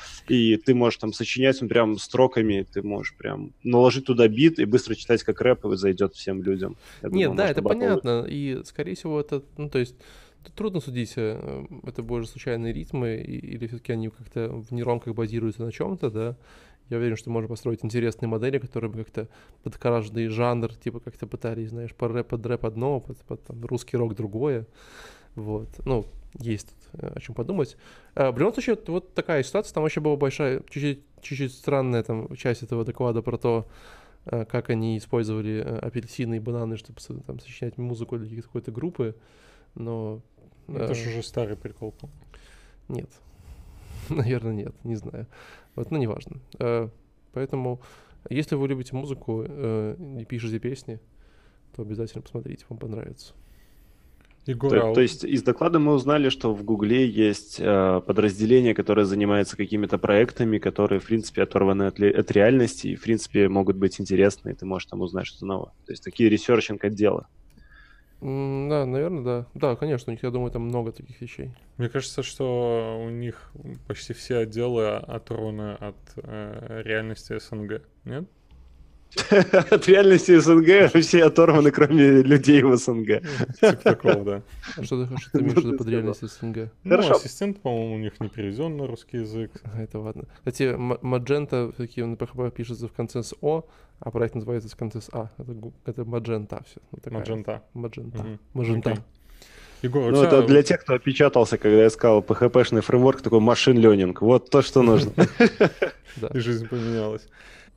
И ты можешь там сочинять он прям строками, ты можешь прям наложить туда бит и быстро читать как рэп, и зайдет всем людям. Я Нет, думаю, да, это батл... понятно, и, скорее всего, это, ну, то есть, тут трудно судить, это больше случайные ритмы, или все-таки они как-то в нейронках базируются на чем-то, да. Я уверен, что можно построить интересные модели, которые бы как-то под каждый жанр, типа, как-то пытались, знаешь, под рэп, под рэп одно, под, под там, русский рок другое. Вот, ну, есть тут о чем подумать. А, в любом случае, вот такая ситуация, там вообще была большая, чуть-чуть, чуть-чуть странная там часть этого доклада про то, как они использовали апельсины и бананы, чтобы там сочинять музыку для какой-то группы, но... Это же уже старый прикол. Нет, наверное, нет, не знаю. Вот, ну, неважно. Поэтому, если вы любите музыку и пишете песни, то обязательно посмотрите, вам понравится. Егор, то, то есть из доклада мы узнали, что в Гугле есть э, подразделение, которое занимается какими-то проектами, которые, в принципе, оторваны от, от реальности и, в принципе, могут быть интересны, и ты можешь там узнать что-то новое. То есть такие ресерчинг-отделы. Mm, да, наверное, да. Да, конечно, у них, я думаю, там много таких вещей. Мне кажется, что у них почти все отделы оторваны от э, реальности СНГ, нет? От реальности СНГ все оторваны, кроме людей в СНГ. Типа такого, да. А что ты, что ты имеешь в виду под реальностью СНГ? Ну, ассистент, по-моему, у них не переведен на русский язык. Это ладно. Кстати, Magenta все-таки на пи эйч пи пишется в конце с О, а проект называется в конце с А. Это, это Magenta все. Вот Magenta. Magenta. Угу. Magenta. Okay. Егор, у Ну, тебя... это для тех, кто опечатался, когда я сказал пи эйч пи-шный фреймворк, такой машин ленинг. Вот то, что нужно. И жизнь поменялась.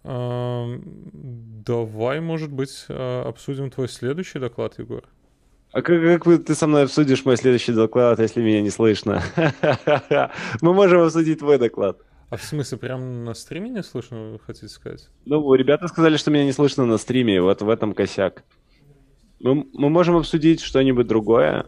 Давай, может быть, обсудим твой следующий доклад, Егор. А как, как вы, ты со мной обсудишь мой следующий доклад, если меня не слышно? Мы можем обсудить твой доклад. А в смысле, прям на стриме не слышно, вы хотите сказать? Ну, ребята сказали, что меня не слышно на стриме, вот в этом косяк. Мы, мы можем обсудить что-нибудь другое.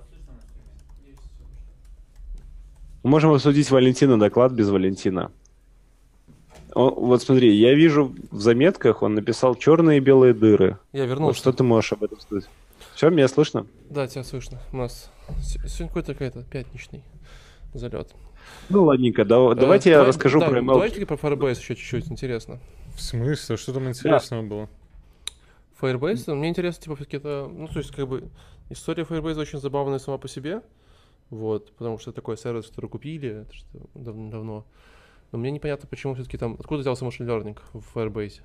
Мы можем обсудить Валентина доклад без Валентина. Он, вот смотри, я вижу в заметках, он написал черные и белые дыры. Я вернулся. Вот что ты можешь об этом сказать? Все, меня слышно? Да, тебя слышно. У нас сегодня какой-то какой-то пятничный залет. Ну, ладненько, да, давайте э, я давай, расскажу да, про эм эл. Давайте про Firebase еще чуть-чуть, интересно. В смысле? Что там интересного да. было? Firebase, mm. мне интересно, типа, какие-то, ну, то есть, как бы, история Firebase очень забавная сама по себе, вот, потому что это такой сервис, который купили, это что дав- давно, но мне непонятно, почему все-таки там, откуда взялся machine learning в Firebase.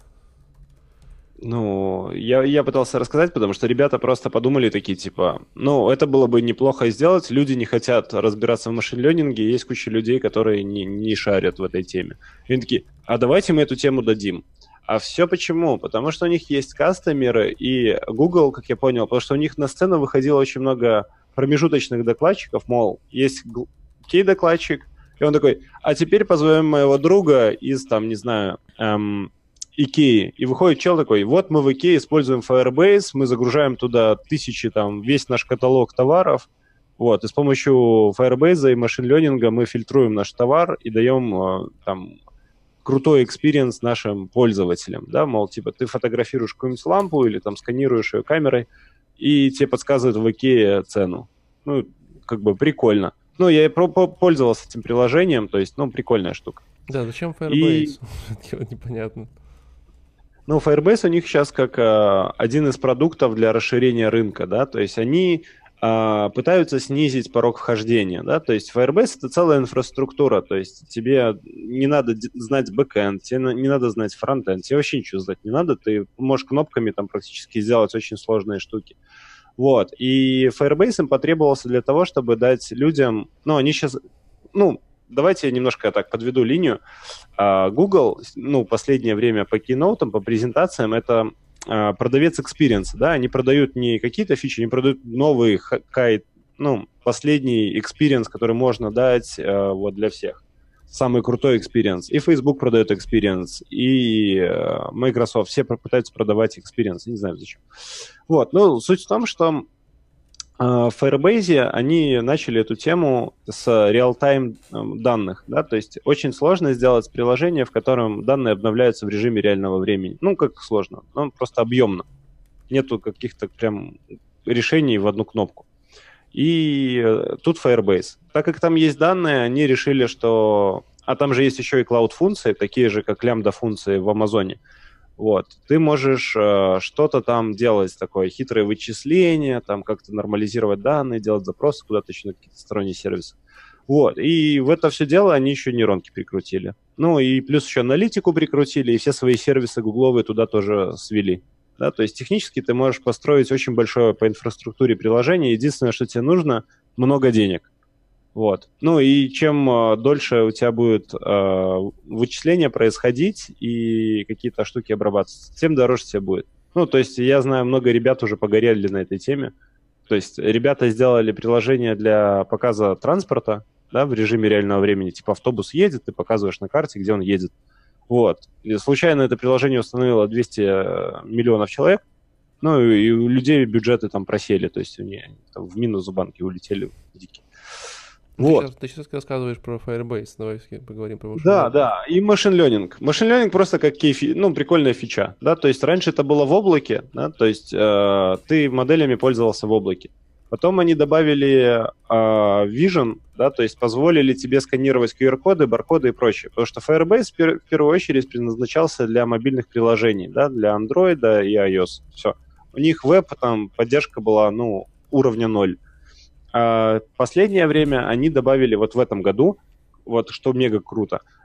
Ну, я, я пытался рассказать, потому что ребята просто подумали такие, типа, ну, это было бы неплохо сделать, люди не хотят разбираться в машин-ленинге, есть куча людей, которые не, не шарят в этой теме. И они такие, а давайте мы эту тему дадим. А все почему? Потому что у них есть кастомеры, и Google, как я понял, потому что у них на сцену выходило очень много промежуточных докладчиков, мол, есть кей-докладчик, и он такой, а теперь позовем моего друга из, там, не знаю, эм, Икеи. И выходит чел такой, вот мы в Икее используем Firebase, мы загружаем туда тысячи, там, весь наш каталог товаров, вот, и с помощью Firebase и машин-ленинга мы фильтруем наш товар и даем, там, крутой экспириенс нашим пользователям, да, мол, типа, ты фотографируешь какую-нибудь лампу или, там, сканируешь ее камерой, и тебе подсказывают в Икее цену. Ну, как бы прикольно. Ну, я пользовался этим приложением, то есть, ну, прикольная штука. Да, зачем Firebase? И... непонятно. Ну, Firebase у них сейчас как а, один из продуктов для расширения рынка, да, то есть они а, пытаются снизить порог вхождения, да, то есть Firebase — это целая инфраструктура, то есть тебе не надо знать бэкэнд, тебе не надо знать фронтенд, тебе вообще ничего знать не надо, ты можешь кнопками там практически сделать очень сложные штуки. Вот, и Firebase им потребовался для того, чтобы дать людям, ну, они сейчас, ну, давайте я немножко так подведу линию. Google, ну, последнее время по кейноутам, по презентациям, это продавец experience, да, они продают не какие-то фичи, они продают новый, ну, последний experience, который можно дать вот для всех. Самый крутой experience. И Facebook продает experience, и Microsoft, все пытаются продавать experience, не знаю зачем. Вот, ну, суть в том, что в Firebase они начали эту тему с реал-тайм данных, да, то есть очень сложно сделать приложение, в котором данные обновляются в режиме реального времени. Ну, как сложно? Ну, просто объемно. Нету каких-то прям решений в одну кнопку. И тут Firebase. Так как там есть данные, они решили, что... А там же есть еще и cloud-функции, такие же, как лямбда-функции в Амазоне. Вот. Ты можешь э, что-то там делать, такое хитрое вычисление, там как-то нормализировать данные, делать запросы куда-то еще на какие-то сторонние сервисы. Вот. И в это все дело они еще нейронки прикрутили. Ну и плюс еще аналитику прикрутили, и все свои сервисы гугловые туда тоже свели. Да? То есть технически ты можешь построить очень большое по инфраструктуре приложение. Единственное, что тебе нужно, много денег. Вот. Ну и чем э, дольше у тебя будет э, вычисления происходить и какие-то штуки обрабатываться, тем дороже тебе будет. Ну, то есть я знаю, много ребят уже погорели на этой теме. То есть ребята сделали приложение для показа транспорта, да, в режиме реального времени. Типа автобус едет, ты показываешь на карте, где он едет. Вот. И случайно это приложение установило двести миллионов человек. Ну и у людей бюджеты там просели, то есть они там в минус в банке улетели дикие. Ты, Вот. сейчас, ты сейчас рассказываешь про Firebase, давай поговорим про Machine Да, Learning. да, и Machine Learning. Machine Learning просто как кейфи, ну, прикольная фича, да, то есть раньше это было в облаке, да, то есть э, ты моделями пользовался в облаке. Потом они добавили э, Vision, да, то есть позволили тебе сканировать ку ар-коды, баркоды и прочее, потому что Firebase в, пер- в первую очередь предназначался для мобильных приложений, да, для Android и iOS, все. У них веб, там, поддержка была, ну, уровня ноль. А последнее время они добавили вот в этом году, вот что мега круто,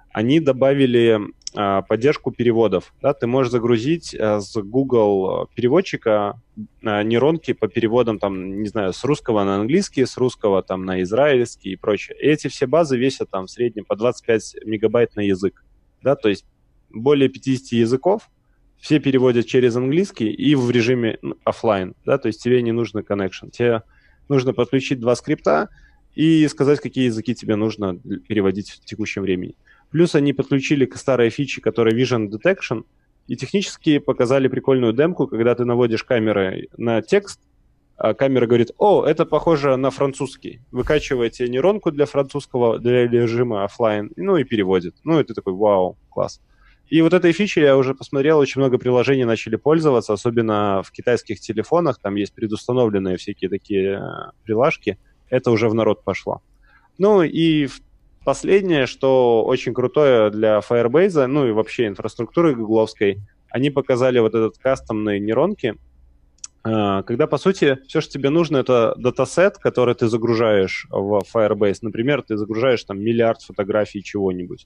они добавили а, поддержку переводов. Да? Ты можешь загрузить а, с Google переводчика а, нейронки по переводам, там, не знаю, с русского на английский, с русского там, на израильский и прочее. И эти все базы весят там в среднем по двадцать пять мегабайт на язык. Да? То есть более пятьдесят языков, все переводят через английский и в режиме офлайн. Да? То есть тебе не нужно connection. Тебе нужно подключить два скрипта и сказать, какие языки тебе нужно переводить в текущем времени. Плюс они подключили к старой фиче, которая Vision Detection, и технически показали прикольную демку, когда ты наводишь камерой на текст, а камера говорит: о, это похоже на французский. Выкачиваете нейронку для французского, для режима офлайн, ну и переводит. Ну и ты такой: вау, класс. И вот этой фичей я уже посмотрел, очень много приложений начали пользоваться, особенно в китайских телефонах, там есть предустановленные всякие такие прилажки, это уже в народ пошло. Ну и последнее, что очень крутое для Firebase, ну и вообще инфраструктуры гугловской, они показали вот этот кастомные нейронки, когда, по сути, все, что тебе нужно, это датасет, который ты загружаешь в Firebase. Например, ты загружаешь там миллиард фотографий чего-нибудь.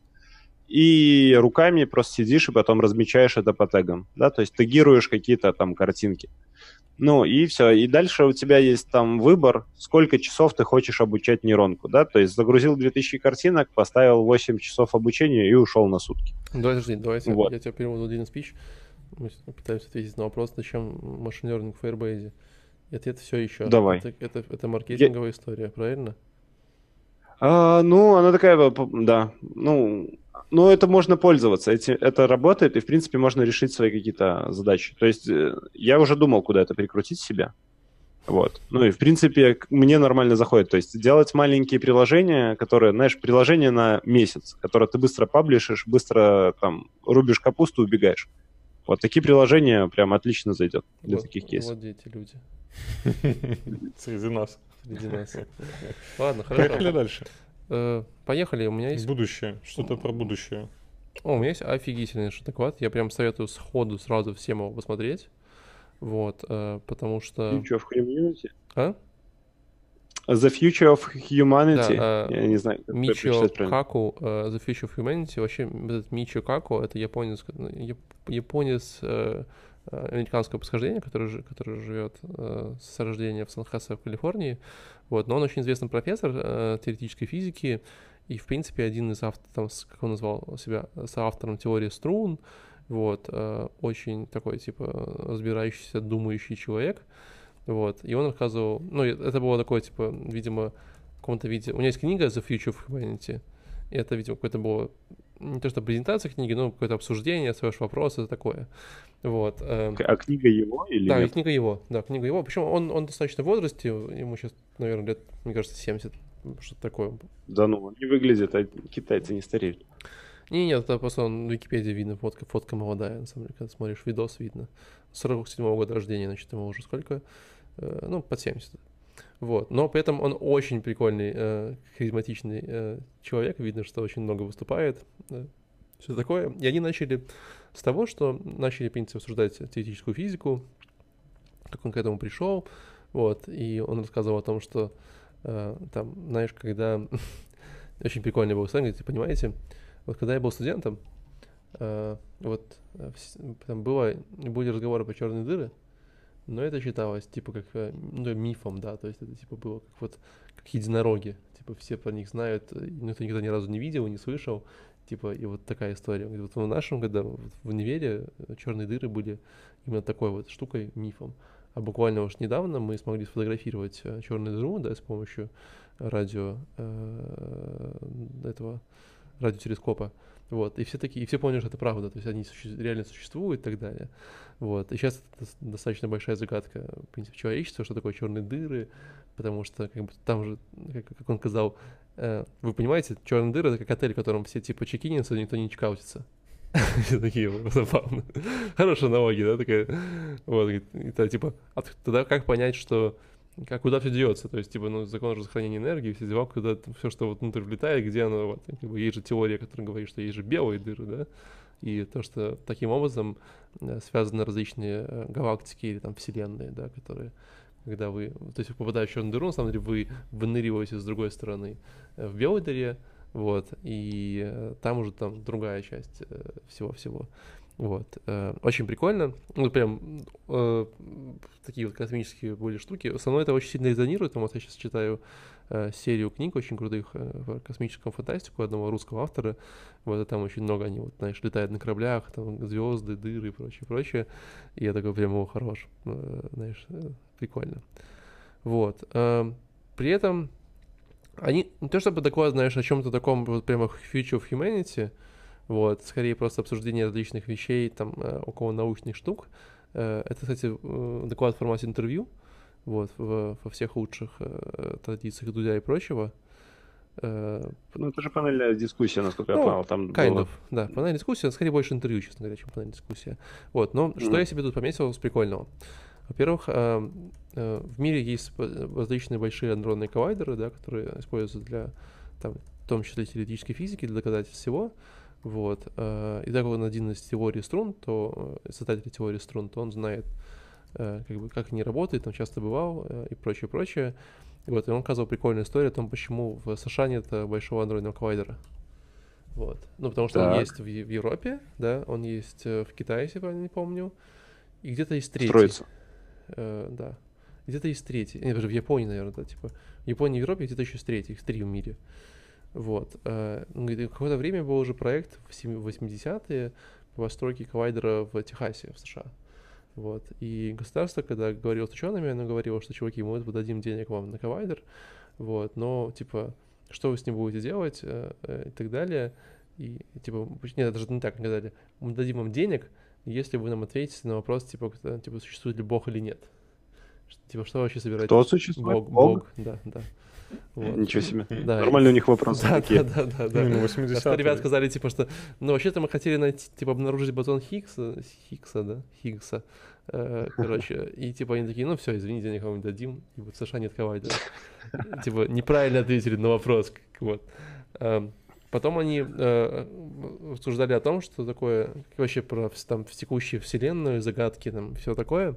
И руками просто сидишь и потом размечаешь это по тегам. Да? То есть тегируешь какие-то там картинки. Ну и все. И дальше у тебя есть там выбор, сколько часов ты хочешь обучать нейронку. Да? То есть загрузил две тысячи картинок, поставил восемь часов обучения и ушел на сутки. Давай, подожди, давайте вот. Я тебя переведу в один спич. Мы пытаемся ответить на вопрос, зачем машин learning в Firebase. Ответ все еще. Давай. Это, это, это маркетинговая Я... история, правильно? А, ну, она такая, да. Ну, ну, это можно пользоваться. Эти, это работает, и, в принципе, можно решить свои какие-то задачи. То есть я уже думал, куда это прикрутить себя. Вот. Ну и, в принципе, мне нормально заходит. То есть делать маленькие приложения, которые, знаешь, приложение на месяц, которое ты быстро паблишишь, быстро там рубишь капусту, убегаешь. Вот такие приложения прям отлично зайдет для вот, таких кейсов. Вот эти люди. Среди нас. Среди нас. Ладно, хорошо. Поехали дальше. Поехали, у меня есть... Будущее, что-то про будущее. О, у меня есть офигительный шотоквад. Я прям советую сходу сразу всем его посмотреть. Вот, потому что... Future of Humanity? А? The Future of Humanity. Да, я не знаю, как Мичио Каку, uh, The Future of Humanity. Вообще, этот Мичио Каку — это японец, японец uh, американского происхождения, который, который живет uh, с рождения в Сан-Хосе, в Калифорнии. Вот, но он очень известный профессор uh, теоретической физики и, в принципе, один из авторов, там, как он назвал себя, соавтором теории струн. Вот, uh, очень такой, типа, разбирающийся, думающий человек. Вот, и он рассказывал, ну, это было такое, типа, видимо, в каком-то виде... У меня есть книга The Future of Humanity, и это, видимо, какое-то было, не то что презентация книги, но какое-то обсуждение, свои вопросы, это такое. Вот. А книга его или Да, нет? книга его, да, книга его. Причем он, он достаточно в возрасте, ему сейчас, наверное, лет, мне кажется, семьдесят, что-то такое. Да ну, он не выглядит, а китайцы не стареют. Не, нет, это просто он в Википедии видно, фотка, фотка молодая, на самом деле, когда смотришь видос, видно. сорок седьмого года рождения, значит, ему уже сколько? Ну, под семьдесят. Вот. Но при этом он очень прикольный, э, харизматичный э, человек. Видно, что очень много выступает. Э, все такое. И они начали с того, что начали, в принципе, обсуждать теоретическую физику, как он к этому пришел. Вот. И он рассказывал о том, что э, там, знаешь, когда... очень прикольный был сленг, говорит, понимаете, вот когда я был студентом, э, вот там было, были разговоры про черные дыры, но это считалось, типа, как, ну, мифом, да, то есть это, типа, было как вот, как единороги, типа, все про них знают, но это никто ни разу не видел, не слышал, типа, и вот такая история. Вот в нашем, когда вот в универе черные дыры были именно такой вот штукой, мифом. А буквально уж недавно мы смогли сфотографировать черную дыру, да, с помощью радио, э, этого радиотелескопа. Вот, и все такие, и все поняли, что это правда, то есть они суще- реально существуют и так далее. Вот, и сейчас это достаточно большая загадка, в принципе, человечества, что такое черные дыры, потому что, как бы, там же, как, как он сказал, э, вы понимаете, черные дыры — это как отель, в котором все, типа, чекинятся, никто не чекаутится. Все такие забавно. Хорошая аналогия, да, такая. Вот, это, типа, тогда как понять, что как куда все деется, то есть, типа, ну, закон же сохранения энергии, все дела, куда все, что вот внутрь влетает, где оно, вот, как бы, есть же теория, которая говорит, что есть же белые дыры, да, и то, что таким образом связаны различные галактики или там вселенные, да, которые, когда вы, то есть, вы попадаете в черную дыру, на самом деле, вы выныриваете с другой стороны в белой дыре, вот, и э, там уже там другая часть э, всего-всего. Вот. Э, очень прикольно. Ну, прям э, такие вот космические были штуки. Со мной это очень сильно резонирует, потому что я сейчас читаю э, серию книг очень крутых э, в космическом фантастику одного русского автора. Вот, и там очень много они, вот, знаешь, летают на кораблях, там звезды, дыры и прочее, прочее. И я такой прям, о, хорош. Э, знаешь, э, прикольно. Вот. Э, при этом они не то чтобы доклад, знаешь, о чем-то таком вот прямо future of humanity, вот, скорее просто обсуждение различных вещей, там, э, около научных штук. Э, это, кстати, э, доклад в формате интервью, вот, в, во всех лучших э, традициях Дудя и прочего. Э, ну, это же панельная дискуссия, насколько ну, я понял. Там kind было... of, да, панельная дискуссия, скорее больше интервью, честно говоря, чем панельная дискуссия. Вот, но mm-hmm. что я себе тут пометил с прикольного? Во-первых, э, э, в мире есть различные большие адронные коллайдеры, да, которые используются для, там, в том числе теоретической физики, для доказательств всего. Вот. И так как он один из теорий струн, то создатель теории струн, то он знает, как бы, как они работают, там часто бывал и прочее, прочее. Вот. И он рассказывал прикольную историю о том, почему в США нет большого андроидного коллайдера. Вот. Ну, потому что так. Он есть в, в Европе, да, он есть в Китае, если я правильно не помню, и где-то есть третий. Строится. Uh, да. Где-то есть третий. Нет, даже в Японии, наверное, да, типа. В Японии и в Европе где-то еще есть третий, их три в мире. Вот. Uh, какое-то время был уже проект в восьмидесятые по постройке коллайдера в Техасе, в США. Вот. И государство, когда говорило с учеными, оно говорило, что, чуваки, мы вот дадим денег вам на коллайдер, вот, но, типа, что вы с ним будете делать, uh, и так далее. И, типа, нет, даже не так сказали. Мы дадим вам денег, если вы нам ответите на вопрос, типа, типа, существует ли Бог или нет. Типа, что вообще собираетесь? Кто существует? Бог, Бог, да, да. Вот. Ничего себе. Да, нормально и... у них вопросы да, такие. Да, да, да, да. Ну, восьмидесятые. Ребята сказали, типа, что, ну, вообще-то мы хотели найти, типа, обнаружить бозон Хиггса, Хиггса, да, Хиггса, э, короче, и, типа, они такие, ну, все, извините, денег вам не дадим, и вот в США нет коллайдера. Типа, неправильно ответили на вопрос, вот. Потом они э, обсуждали о том, что такое, вообще про там, текущую вселенную, загадки, там, все такое.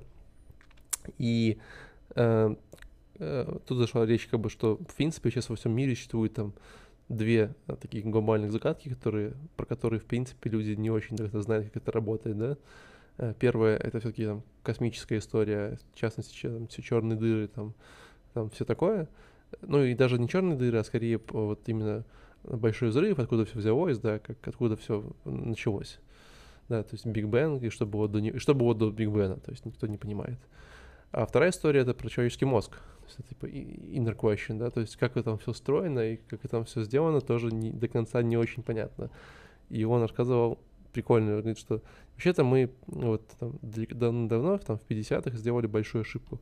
И э, э, тут зашла речь, как бы, что, в принципе, сейчас во всем мире существует там две а, таких глобальных загадки, которые, про которые, в принципе, люди не очень знают, как это работает, да. Э, первое — это все-таки там космическая история, в частности, там, все черные дыры, там, там все такое. Ну и даже не черные дыры, а скорее вот именно большой взрыв, откуда все взялось, да, как откуда все началось, да, то есть Биг Бэнг и что было до и что было до Биг Бена, то есть никто не понимает. А вторая история — это про человеческий мозг, то есть это типа inner question, да, то есть как это там все строено и как это там все сделано, тоже не, до конца не очень понятно. И он рассказывал прикольно, он говорит, что вообще-то мы вот там давно, там в пятидесятых сделали большую ошибку.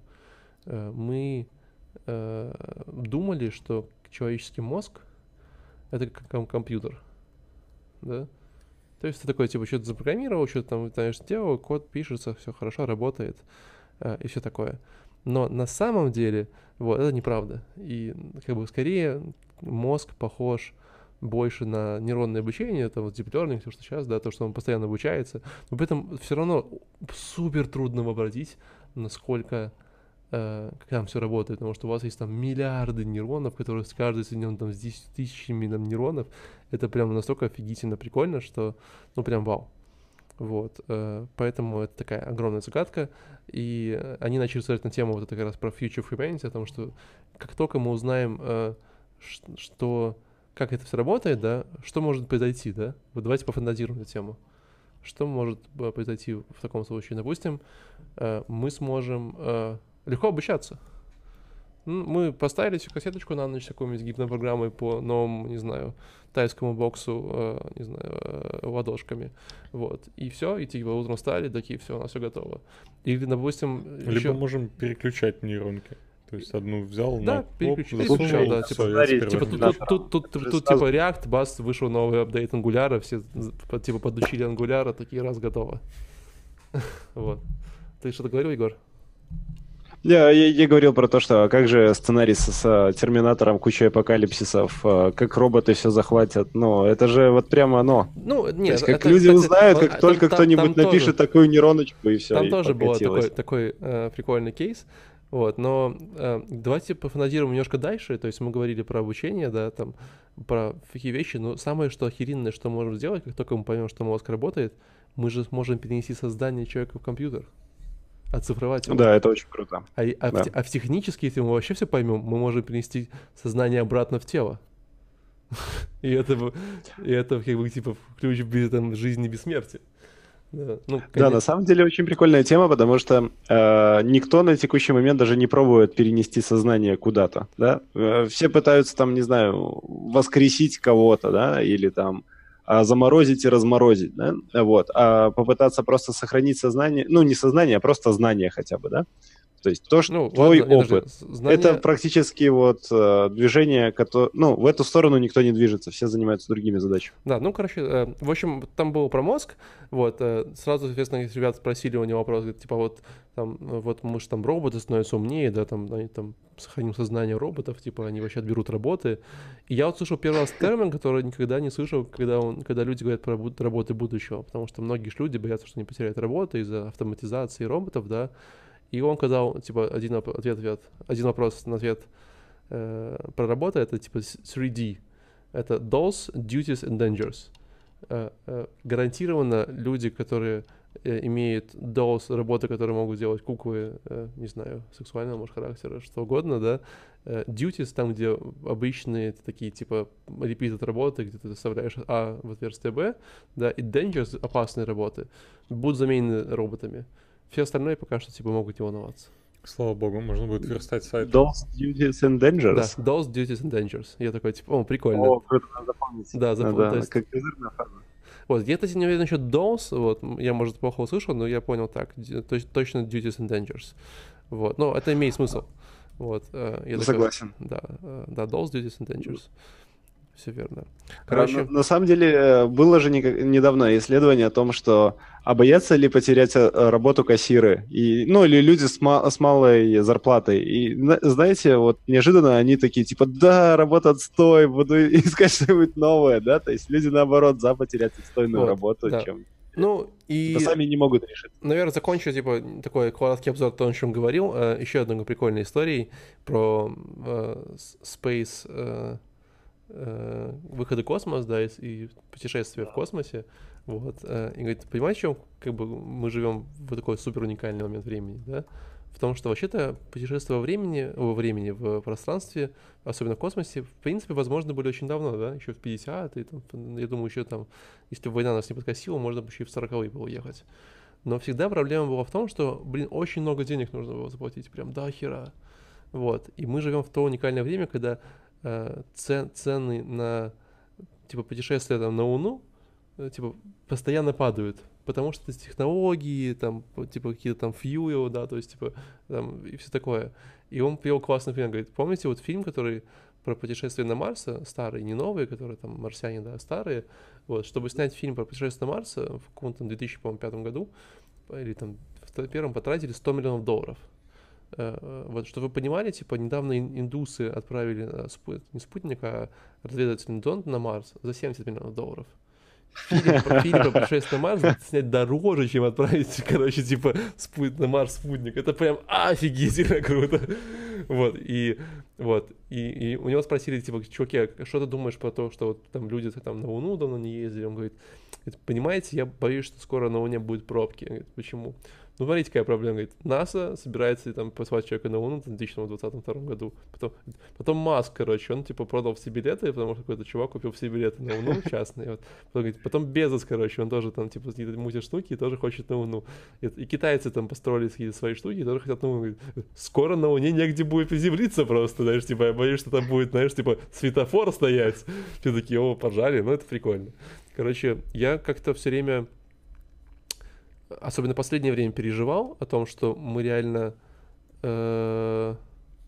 Мы э, думали, что человеческий мозг это как компьютер, да? То есть ты такой, типа, что-то запрограммировал, что-то там, знаешь, сделал, код пишется, все хорошо, работает, э, и все такое. Но на самом деле, вот, это неправда. И, как бы, скорее мозг похож больше на нейронное обучение, это вот deep learning, все, что сейчас, да, то, что он постоянно обучается. Но при этом все равно супер трудно вообразить, насколько как там все работает, потому что у вас есть там миллиарды нейронов, которые с каждой соединен там с десятью тысячами там, нейронов. Это прям настолько офигительно прикольно, что ну прям вау. Вот, э, поэтому это такая огромная загадка, и они начали рассуждать на тему вот это как раз про future of humanity, о том, что как только мы узнаем, э, что как это все работает, да, что может произойти, да, вот давайте пофантазируем эту тему. Что может произойти в таком случае? Допустим, э, мы сможем э, легко обучаться. Мы поставили себе кассеточку на ночь с какой-нибудь гипнопрограммой по новому, не знаю, тайскому боксу, э, не знаю, э, ладошками. Вот. И все, и типа утром встали, такие, все, у нас все готово. Или, допустим... Либо еще... можем переключать нейронки. То есть одну взял, да, на переключил, переключил, да, типа, всё, типа тут, тут, тут, тут, тут, тут типа React, бас, вышел новый апдейт Angular, все типа подучили Angular, такие раз готово. Вот. Ты что-то говорил, Егор? Я, я, я говорил про то, что как же сценарий с, с Терминатором, кучей апокалипсисов, как роботы все захватят, ну, это же вот прямо оно. Ну, нет, то есть, как это, люди кстати, узнают, как там, только там, кто-нибудь там напишет тоже, такую нейроночку, и все. Там и тоже был такой, покатилось. такой э, прикольный кейс. Вот, но э, давайте пофантазируем немножко дальше, то есть мы говорили про обучение, да, там, про такие вещи, но самое, что охеренное, что мы можем сделать, как только мы поймем, что мозг работает, мы же сможем перенести сознание человека в компьютер, оцифровать его. Да, это очень круто. А, а, Да. в, а в технически, если мы вообще все поймем, мы можем перенести сознание обратно в тело. И это, и это как бы типа ключ к там, жизни бессмертия. Да, ну, да, на самом деле очень прикольная тема, потому что э, никто на текущий момент даже не пробует перенести сознание куда-то, да. Э, все пытаются там, не знаю, воскресить кого-то, да, или там э, заморозить и разморозить, да, вот. А попытаться просто сохранить сознание, ну не сознание, а просто знание хотя бы, да. То есть то, что ну, твой ладно, опыт, подожди, знание... это практически вот э, движение, которое, ну, в эту сторону никто не движется, все занимаются другими задачами. Да, ну, короче, э, в общем, там было про мозг, вот, э, сразу, соответственно, ребята спросили у него вопрос, говорит, типа, вот, там, вот, мы же там роботы становятся умнее, да, там, они там сохраним сознание роботов, типа, они вообще отберут работы. И я вот слышал первый раз термин, который никогда не слышал, когда, он, когда люди говорят про буд- работы будущего, потому что многие же люди боятся, что они потеряют работу из-за автоматизации роботов, да. И он сказал, типа, один, ответ, ответ, один вопрос на ответ э, про работу, это типа три ди. Это dolls, duties and dangers. Э, э, гарантированно люди, которые э, имеют dolls, работы, которые могут делать куклы, э, не знаю, сексуального, может, характера, что угодно, да. Э, duties, там, где обычные такие, типа, repeated работы, где ты вставляешь А в отверстие Б, да, и dangers, опасные работы, будут заменены роботами. Все остальные пока что типа могут не волноваться. Слава богу, можно будет верстать сайт. Dolls, Duties and Dangers? Да, Dolls, Duties and Dangers. Я такой, типа, о, прикольно. О, круто, надо запомнить. Да, запомнить. Надо, Есть... как козырная фраза. Вот, я, кстати, не уверен насчет Dolls, вот, я, может, плохо услышал, но я понял так, точ- точно Duties and Dangers. Вот, но это имеет смысл. Вот, я ну, такой, согласен. Да, да, Dolls, Duties and Dangers. Все верно. Короче... На, на самом деле, было же не, недавно исследование о том, что а боятся ли потерять работу кассиры, и, ну, или люди с, ма- с малой зарплатой. И, знаете, вот неожиданно они такие, типа, да, работа отстой, буду искать что-нибудь новое, да, то есть люди, наоборот, за потерять отстойную вот, работу, да. чем... Ну, и... Типа, сами не могут решить. Наверное, закончу, типа, такой короткий обзор того, о чем говорил. Еще одной прикольной историей про uh, Space... Uh, выходы в космос, да, и, и путешествия в космосе, вот, и говорит, понимаете, в чем, как бы, мы живем в такой супер уникальный момент времени, да, в том, что вообще-то путешествия во времени, во времени, в пространстве, особенно в космосе, в принципе, возможно, были очень давно, да, еще в пятидесятые, там, я думаю, еще там, если война нас не подкосила, можно бы еще и в сороковые было ехать. Но всегда проблема была в том, что, блин, очень много денег нужно было заплатить, прям до хера, вот, и мы живем в то уникальное время, когда Цен, цены на типа путешествия там на Луну типа постоянно падают, потому что технологии, там типа какие-то там фьюэл, да, то есть типа там и все такое. И он привел классный пример, говорит, помните вот фильм, который про путешествие на Марс, старый, не новый, который там марсиане, да, старые, вот, чтобы снять фильм про путешествие на Марс в каком-то две тысячи пятом году или там в первом потратили сто миллионов долларов. Вот, чтобы вы понимали, типа, недавно индусы отправили не спутник, а разведывательный зонд на Марс за семьдесят миллионов долларов. Фильм, фильм про путешествие на Марс снять дороже, чем отправить, короче, типа, спут, на Марс спутник. Это прям офигительно круто. Вот, и, вот, и, и у него спросили, типа, чуваки, а что ты думаешь про то, что вот там люди там на Луну давно не ездили? Он говорит, понимаете, я боюсь, что скоро на Луне будут пробки. Говорит, почему? Ну, смотрите, какая проблема. Говорит, НАСА собирается там послать человека на Луну в две тысячи двадцать втором году. Потом, потом Маск, короче, он типа продал все билеты, потому что какой-то чувак купил все билеты на Луну частные. Вот. Потом, говорит, потом Безос, короче, он тоже там типа какие-то мутит штуки и тоже хочет на Луну. И, и китайцы там построили какие-то свои штуки и тоже хотят на Луну. Говорит, скоро на Луне негде будет приземлиться просто, знаешь, типа, я боюсь, что там будет, знаешь, типа светофор стоять. Все такие, о, пожали, ну это прикольно. Короче, я как-то все время... особенно в последнее время переживал о том, что мы реально, э,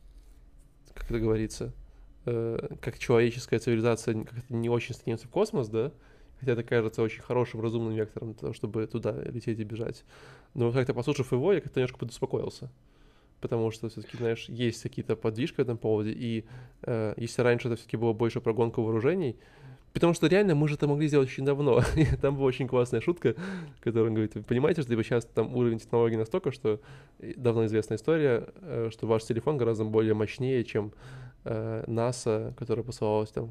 как это говорится, э, как человеческая цивилизация как-то не очень стремится в космос, да, хотя это кажется очень хорошим, разумным вектором для того, чтобы туда лететь и бежать. Но как-то послушав его, я как-то немножко подуспокоился, потому что все-таки, знаешь, есть какие-то подвижки в этом поводе, и э, если раньше это все-таки было больше про гонку вооружений, потому что реально мы же это могли сделать очень давно. Там была очень классная шутка, которая говорит, вы понимаете, что сейчас там уровень технологий настолько, что давно известная история, что ваш телефон гораздо более мощнее, чем НАСА, которая посылалась там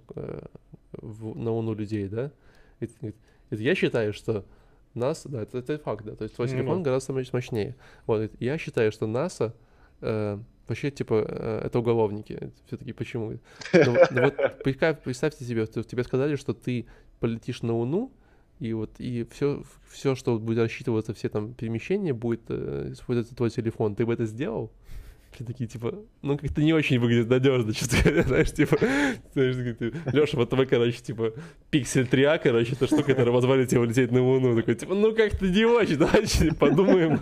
в, на Луну людей, да? Это, это я считаю, что НАСА, да, это, это факт, да, то есть твой телефон mm-hmm. гораздо мощнее. Вот, я считаю, что НАСА э, вообще, типа, э, это уголовники. Все-таки почему? Но, но вот представьте себе, тебе сказали, что ты полетишь на Луну, и вот и все, все, что будет рассчитываться, все там перемещения, будет э, использоваться твой телефон. Ты бы это сделал? Все такие, типа, ну, как-то не очень выглядит надежно, честно говоря, знаешь, типа, знаешь, Леша, вот твой, короче, типа, Пиксель три а, короче, эта штука, которая позволит тебе улететь на Луну, такой, типа, ну, как-то не очень, давайте подумаем.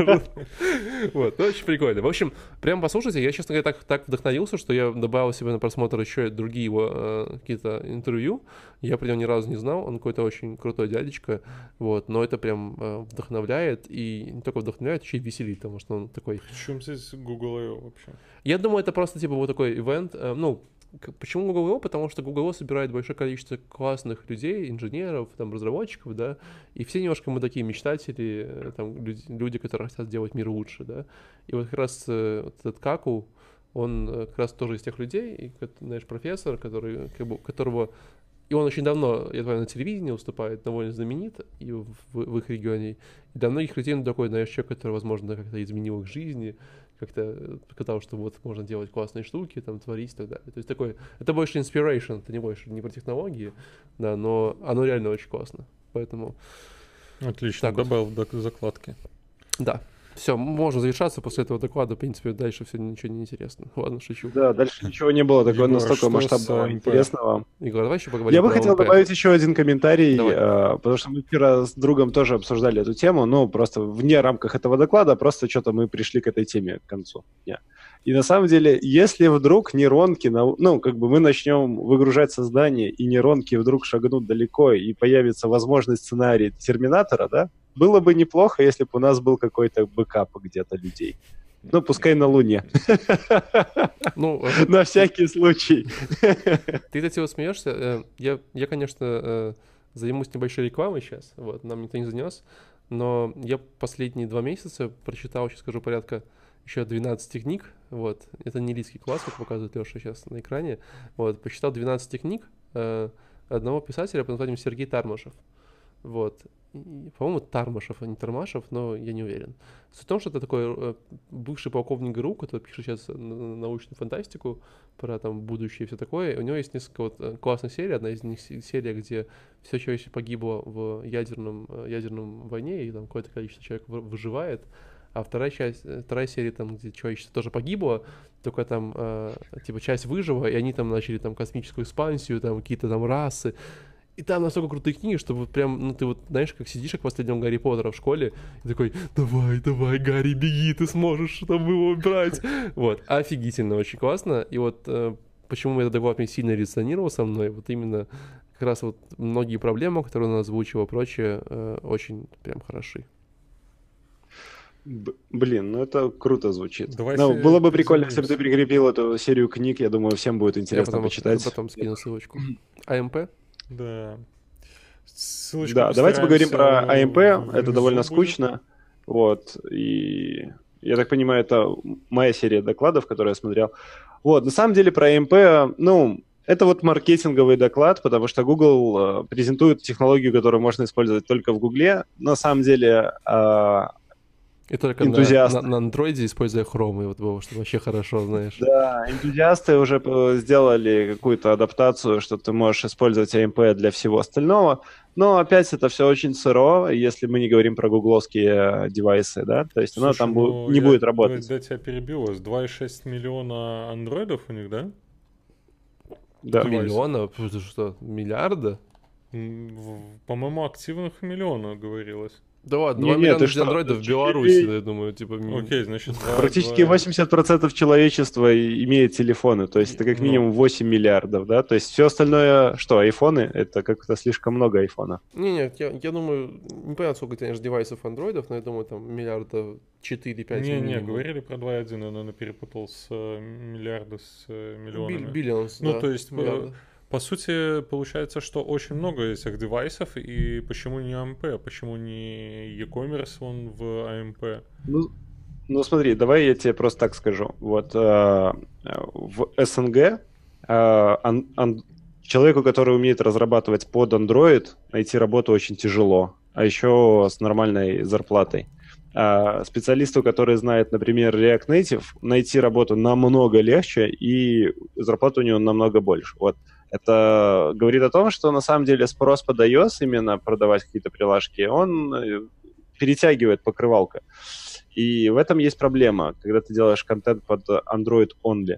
Вот, ну, очень прикольно. В общем, прям послушайте, я, честно говоря, так, так вдохновился, что я добавил себе на просмотр еще другие его э, какие-то интервью, я про него ни разу не знал, он какой-то очень крутой дядечка, вот, но это прям э, вдохновляет, и не только вдохновляет, еще и веселит, потому что он такой... В чем здесь Google ай о вообще? Я думаю, это просто типа вот такой ивент. Ну, почему Google ай о? Потому что Google ай о собирает большое количество классных людей, инженеров, там, разработчиков, да, и все немножко мы такие мечтатели, там, люди, люди, которые хотят сделать мир лучше, да. И вот как раз вот этот Каку, он как раз тоже из тех людей, и, знаешь, профессор, который, как бы, которого... И он очень давно, я знаю, на телевидении выступает, довольно знаменит и в, в их регионе. И для многих людей он такой, знаешь, человек, который, возможно, как-то изменил их жизни, как-то показал, что вот можно делать классные штуки, там, творить и так далее. То есть такой, это больше inspiration, это не больше не про технологии, да, но оно реально очень классно. Поэтому... Отлично, так добавил вот. До закладки. Да. Все, можно завершаться после этого доклада. В принципе, дальше все ничего не интересно. Ладно, шучу. Да, дальше ничего не было такого настолько масштабного интересного. Егор, давай еще поговорим. Я бы хотел добавить еще один комментарий, давай. Потому что мы вчера с другом тоже обсуждали эту тему, ну, просто вне рамках этого доклада, просто что-то мы пришли к этой теме к концу дня. И на самом деле, если вдруг нейронки, ну, как бы мы начнем выгружать создание, и нейронки вдруг шагнут далеко, и появится возможный сценарий Терминатора, да, было бы неплохо, если бы у нас был какой-то бэкап где-то людей. Ну, пускай на Луне. Ну, на всякий случай. Ты, кстати, смеешься. Я, я, конечно, займусь небольшой рекламой сейчас. Вот, нам никто не занес. Но я последние два месяца прочитал, сейчас скажу, порядка еще двенадцать книг. Вот. Это не лидский класс, как показывает Леша сейчас на экране. Вот. Почитал двенадцать книг одного писателя под названием Сергей Тармашев. Вот. И, по-моему, Тармашев, а не Тармашев, но я не уверен. Суть в том, что это такой э, бывший полковник ГРУ, который пишет сейчас научную фантастику про там будущее и все такое. У него есть несколько вот классных серий. Одна из них серия, где все человечество погибло в ядерном, ядерном войне, и там какое-то количество человек выживает. А вторая часть, вторая серия, там, где человечество тоже погибло, только там, э, типа, часть выжила, и они там начали там космическую экспансию, там, какие-то там расы. И там настолько крутые книги, что вот прям, ну ты вот, знаешь, как сидишь, как в последнем Гарри Поттера в школе, и такой, давай, давай, Гарри, беги, ты сможешь, чтобы его убрать. Вот, офигительно, очень классно. И вот э, почему этот доклад мне сильно резонировал со мной, вот именно как раз вот многие проблемы, которые он озвучивал, прочее, э, очень прям хороши. Б- блин, ну это круто звучит. Давай ну, се- было бы прикольно, приземлимся. если бы ты прикрепил эту серию книг, я думаю, всем будет интересно Я потом, почитать. потом скину ссылочку. АМП? Да. Ссылочку Да, давайте поговорим про АМП, постараемся это довольно внизу будет. скучно. Вот, и я так понимаю, это моя серия докладов, которую я смотрел. Вот, на самом деле про АМП, ну, это вот маркетинговый доклад, потому что Google э, презентует технологию, которую можно использовать только в Гугле. На самом деле э, И только энтузиасты. на, на, на андроиде, используя Chrome, и вот, Вова, что вообще хорошо, знаешь. Да, энтузиасты уже э, сделали какую-то адаптацию, что ты можешь использовать АМП для всего остального. Но опять это все очень сыро, если мы не говорим про гугловские девайсы, да, то есть оно Слушай, там ну, бу- не я- будет работать. Да, да, тебя перебилось. два и шесть миллиона андроидов у них, да? Да. девайсы. Миллиона? Это что, миллиарда? М, в- По-моему, активных миллиона говорилось. Да ладно, Не, два не, миллиона ты для что, андроидов в ты Беларуси, чуть ли- я думаю, типа... ми- Окей, значит, два- Практически два- восемьдесят процентов человечества и- имеет телефоны, то есть это как Ну. минимум восемь миллиардов, да, то есть все остальное, что, айфоны, это как-то слишком много айфонов. Не, нет, я, я думаю, не понятно, сколько, конечно, девайсов андроидов, но я думаю, там миллиарда четыре-пять. Не, не, минимум. говорили про два и один, я, наверное, перепутал с э, миллиарда с э, Биль- миллионами. Биллионс, Ну, да, то есть, э, миллиардов. по сути, получается, что очень много этих девайсов, и почему не эй эм пи, почему не e-commerce он в эй эм пи? Ну, ну смотри, давай я тебе просто так скажу. Вот э, в эс эн гэ э, ан, ан, человеку, который умеет разрабатывать под Android, найти работу очень тяжело, а еще с нормальной зарплатой. А специалисту, который знает, например, React Native, найти работу намного легче, и зарплата у него намного больше. Вот. Это говорит о том, что на самом деле спрос под iOS именно продавать какие-то приложки, он перетягивает покрывалка. И в этом есть проблема, когда ты делаешь контент под Android only.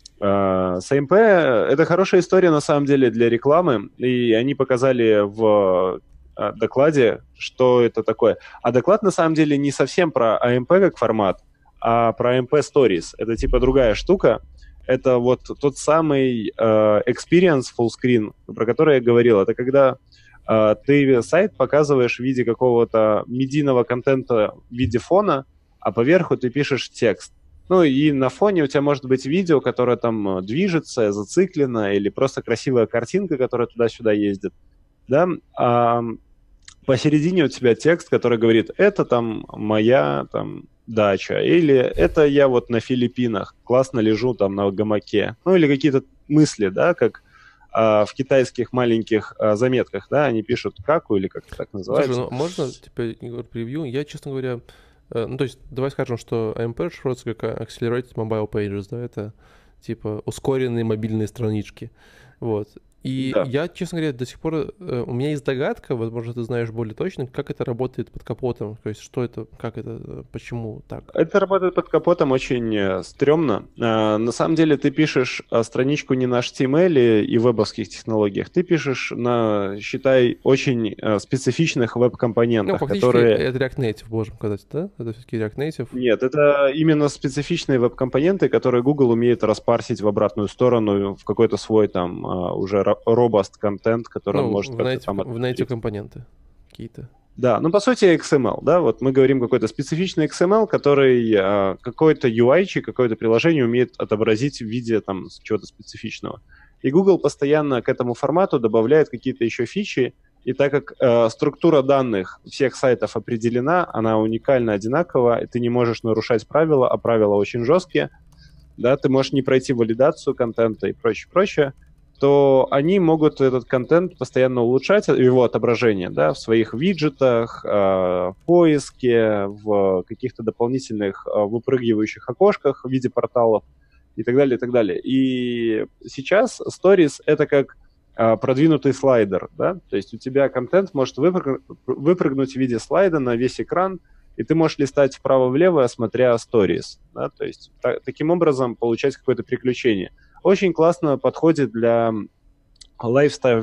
С эй эм пи это хорошая история на самом деле для рекламы, и они показали в докладе, что это такое. А доклад на самом деле не совсем про эй эм пи как формат, а про эй эм пи Stories. Это типа другая штука. Это вот тот самый э, experience full screen, про который я говорил. Это когда э, ты сайт показываешь в виде какого-то медийного контента в виде фона, а поверху ты пишешь текст. Ну и на фоне у тебя может быть видео, которое там движется, зациклено, или просто красивая картинка, которая туда-сюда ездит. Да? А посередине у тебя текст, который говорит, это там моя там, дача, или это я вот на Филиппинах классно лежу там на гамаке. Ну или какие-то мысли, да, как а, в китайских маленьких а, заметках, да, они пишут каку или как это так называется. Слушай, ну можно теперь превью? Я, честно говоря, ну то есть давай скажем, что эй эм пи шифруется как Accelerated Mobile Pages, да, это типа ускоренные мобильные странички, вот. И да. я, честно говоря, до сих пор... У меня есть догадка, возможно, ты знаешь более точно, как это работает под капотом. То есть что это, как это, почему так? Это работает под капотом очень стрёмно. На самом деле ты пишешь страничку не на эйч ти эм эл и вебовских технологиях. Ты пишешь на, считай, очень специфичных веб-компонентах, ну, которые... это React Native, можем сказать, да? Это все-таки React Native? Нет, это именно специфичные веб-компоненты, которые Google умеет распарсить в обратную сторону в какой-то свой там уже robust контент, который ну, он может в как-то native, там в native компоненты какие-то. Да, ну по сути икс эм эл, да, вот мы говорим какой-то специфичный икс эм эл, который а, какой-то ю ай-чик, какое-то приложение умеет отобразить в виде там чего-то специфичного. И Google постоянно к этому формату добавляет какие-то еще фичи, и так как э, структура данных всех сайтов определена, она уникально одинакова, и ты не можешь нарушать правила, а правила очень жесткие, да, ты можешь не пройти валидацию контента и прочее, прочее, то они могут этот контент постоянно улучшать, его отображение, да, в своих виджетах, э, в поиске, в каких-то дополнительных э, выпрыгивающих окошках в виде порталов и так далее, и так далее. И сейчас Stories — это как э, продвинутый слайдер, да, то есть у тебя контент может выпрыг... выпрыгнуть в виде слайда на весь экран, и ты можешь листать вправо-влево, смотря Stories, да, то есть та- таким образом получать какое-то приключение. Очень классно подходит для лайфстайл,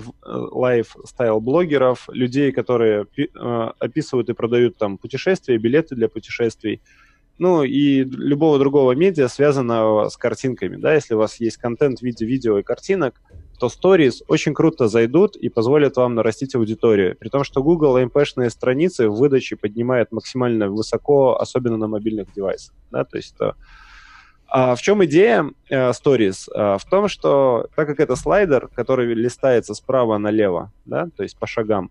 лайфстайл-блогеров, людей, которые э, описывают и продают там путешествия, билеты для путешествий, ну и любого другого медиа, связанного с картинками. Да? Если у вас есть контент в виде видео и картинок, то Stories очень круто зайдут и позволят вам нарастить аудиторию. При том, что Google эй эм пи-шные страницы в выдаче поднимает максимально высоко, особенно на мобильных девайсах. Да? То есть это... А в чем идея э, Stories? А, в том, что так как это слайдер, который листается справа налево, да, то есть по шагам,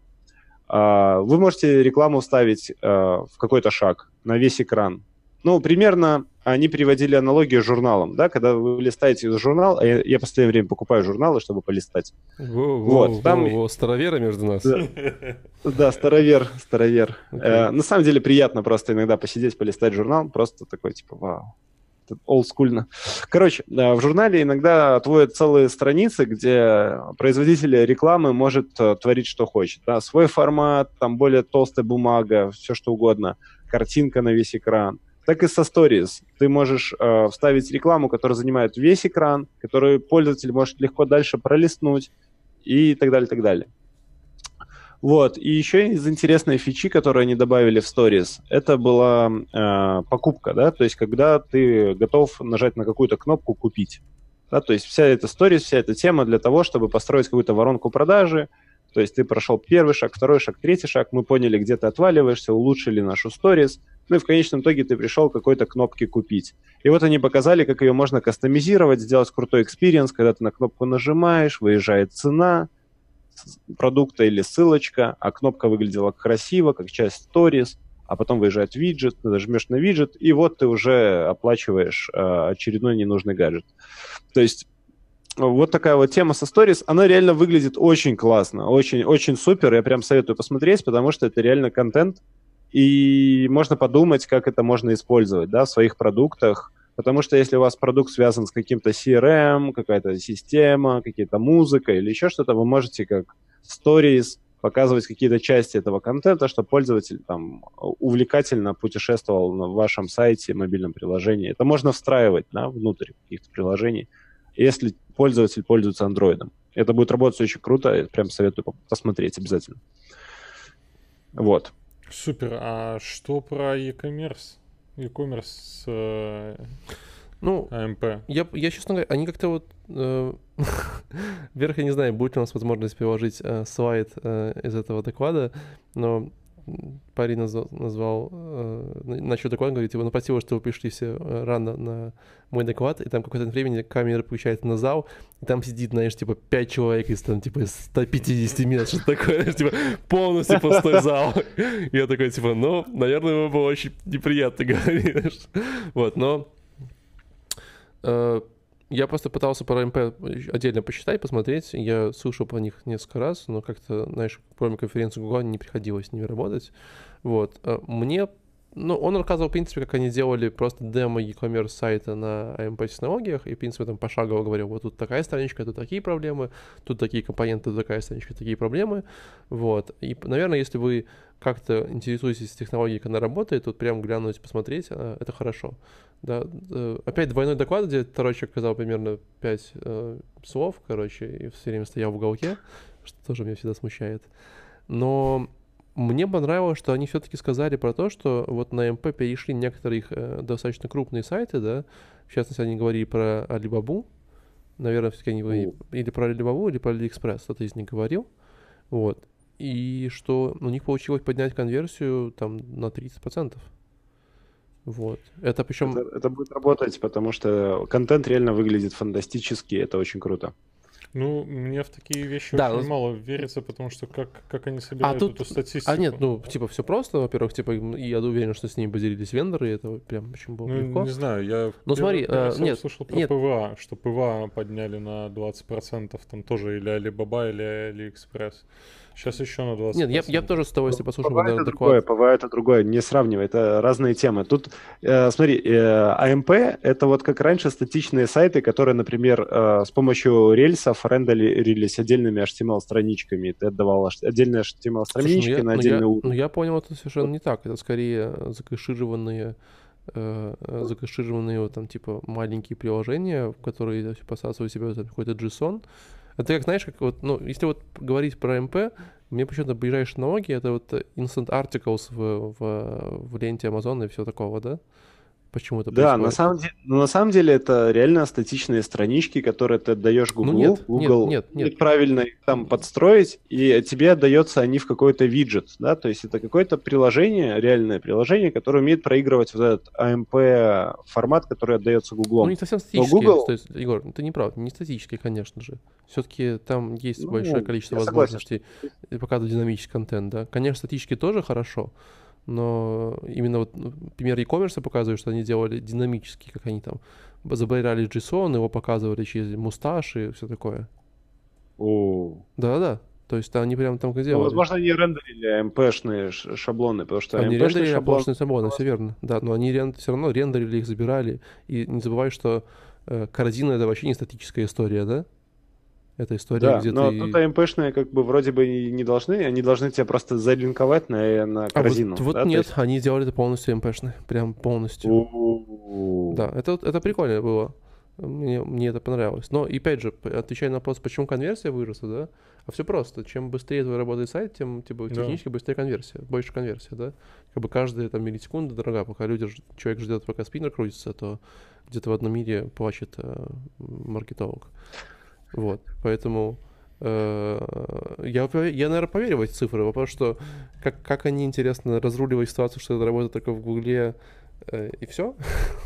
а, вы можете рекламу вставить а, в какой-то шаг на весь экран. Ну, примерно они приводили аналогию с журналом, да, когда вы листаете журнал, а я, я в последнее время покупаю журналы, чтобы полистать. Во, во, вот, там... во, во, старовера между нас. Да, да, старовер, старовер. Okay. Э, на самом деле приятно просто иногда посидеть, полистать журнал, просто такой, типа, вау. Олдскульно. Короче, в журнале иногда отводят целые страницы, где производитель рекламы может творить, что хочет. Да? Свой формат, там более толстая бумага, все что угодно, картинка на весь экран. Так и со Stories. Ты можешь э, вставить рекламу, которая занимает весь экран, которую пользователь может легко дальше пролистнуть и так далее, так далее. Вот, и еще из интересной фичи, которую они добавили в Stories, это была э, покупка, да, то есть когда ты готов нажать на какую-то кнопку «Купить». Да, то есть вся эта Stories, вся эта тема для того, чтобы построить какую-то воронку продажи, то есть ты прошел первый шаг, второй шаг, третий шаг, мы поняли, где ты отваливаешься, улучшили нашу Stories, ну и в конечном итоге ты пришел к какой-то кнопке «Купить». И вот они показали, как ее можно кастомизировать, сделать крутой экспириенс, когда ты на кнопку нажимаешь, выезжает цена продукта или ссылочка, а кнопка выглядела красиво, как часть сторис, а потом выезжает виджет, ты нажмешь на виджет, и вот ты уже оплачиваешь э, очередной ненужный гаджет. То есть вот такая вот тема со сторис, она реально выглядит очень классно, очень, очень супер, я прям советую посмотреть, потому что это реально контент, и можно подумать, как это можно использовать, да, в своих продуктах, потому что если у вас продукт связан с каким-то си эр эм, какая-то система, какая-то музыка или еще что-то, вы можете как stories показывать какие-то части этого контента, чтобы пользователь там увлекательно путешествовал на вашем сайте, мобильном приложении. Это можно встраивать, да, внутрь каких-то приложений, если пользователь пользуется андроидом. Это будет работать очень круто, я прям советую посмотреть обязательно. Вот. Супер. А что про e-commerce? E-commerce с э, ну, эй эм пи? Я, я, честно говоря, они как-то вот... Э, вверх, я не знаю, будет ли у нас возможность приложить э, слайд э, из этого доклада, но парень назвал, назвал э, начал доклад, говорит, типа, ну, спасибо, что вы пришли все рано на мой доклад, и там какое-то времени камера включается на зал, и там сидит, знаешь, типа, пять человек из, там, типа, сто пятьдесят минут, что-то такое, типа, полностью пустой зал. И я такой, типа, ну, наверное, ему было очень неприятно говорить. Вот, но э, я просто пытался про эй эм пи отдельно посчитать, посмотреть. Я слышал про них несколько раз, но как-то, знаешь, кроме конференции Google не приходилось с ними работать. Вот. Мне, ну, он рассказывал, в принципе, как они делали просто демо e-commerce сайта на эй эм пи-технологиях, и, в принципе, там пошагово говорил, вот тут такая страничка, тут такие проблемы, тут такие компоненты, тут такая страничка, такие проблемы. Вот. И, наверное, если вы как-то интересуетесь технологией, как она работает, тут прям глянуть, посмотреть, это хорошо. Да, опять двойной доклад, где второй человек сказал примерно пять э, слов, короче, и все время стоял в уголке, что тоже меня всегда смущает. Но мне понравилось, что они все-таки сказали про то, что вот на эй эм пи перешли некоторые их э, достаточно крупные сайты, да, в частности, они говорили про Alibaba, наверное, все-таки они говорили mm. или про Alibaba, или про AliExpress, кто-то из них говорил, вот, и что у них получилось поднять конверсию там на тридцать процентов. Вот. Это причем... Это, это будет работать, потому что контент реально выглядит фантастически, это очень круто. Ну, мне в такие вещи да, очень ну... мало верится, потому что как, как они собирают а тут... эту статистику. А нет, ну, типа, все просто, во-первых, типа, я уверен, что с ними поделились вендоры, и это прям очень было ну, легко. не знаю, я ну, смотри, а, нет, слышал про нет. ПВА, что ПВА подняли на двадцать процентов, там тоже или Alibaba, или AliExpress. Сейчас еще на двадцать процентов. Нет, я, я тоже с удовольствием послушал ПВА это другое, ПВА это другое, не сравнивай, это разные темы. Тут, э, смотри, э, эй эм пи это вот как раньше статичные сайты, которые, например, э, с помощью рельсов рендерились отдельными эйч ти эм эл-страничками. Ты отдавал отдельные эйч ти эм эл-странички Слушай, ну на я, отдельный ну уровень. Ну я понял, это совершенно не так. Это скорее закэшированные, э, закэшированные вот, там типа маленькие приложения, которые посасывают в себя там, какой-то JSON. Это как, знаешь, как вот, ну, если вот говорить про эй эм пи, мне почему-то ближайшие аналогии — это вот Instant Articles в, в, в ленте Amazon и все такого, да? Почему это Да, происходит? на самом деле, ну, на самом деле это реально статичные странички, которые ты отдаешь Google. Ну нет, Google нет, нет, нет. правильно их там подстроить, и тебе отдается они в какой-то виджет, да, то есть это какое-то приложение, реальное приложение, которое умеет проигрывать вот этот эй эм пи формат, который отдается Google. Ну не совсем статический, Google... то есть, Егор, ты не прав, не статический, конечно же. Все-таки там есть ну, большое количество возможностей показывать динамический контент, да. Конечно, статический тоже хорошо, но именно вот пример e-commerce показывает, что они делали динамически, как они там забирали JSON, его показывали через мусташ и все такое. О. Да-да, то есть они прям там как делали. Ну, возможно, они рендерили эй эм пи-шные шаблоны, потому что они рендерили шаблон... эй эм пи-шные шаблоны, все верно. Да, но они рен... все равно рендерили их, забирали. И не забывай, что э, корзина — это вообще не статическая история, да? Это история, да, где но ты... тут эй эм пи-шные как бы вроде бы не должны, они должны тебя просто залинковать на, на корзину. А вот, вот да? нет, есть... они сделали это полностью эй эм пи-шные, прям полностью. У-у-у. Да, это, это прикольно было. Мне, мне это понравилось. Но, и опять же, отвечая на вопрос, почему конверсия выросла, да? А все просто. Чем быстрее твой работает сайт, тем типа, технически да. быстрее конверсия, больше конверсия, да? Как бы каждая там миллисекунда дорога. Пока люди, человек ждет, пока спиннер крутится, то где-то в одном мире плачет э, маркетолог. Вот, поэтому Я, я, наверное, поверю в эти цифры. Вопрос, что как, как они, интересно, разруливают ситуацию, что это работает только в Гугле, и все?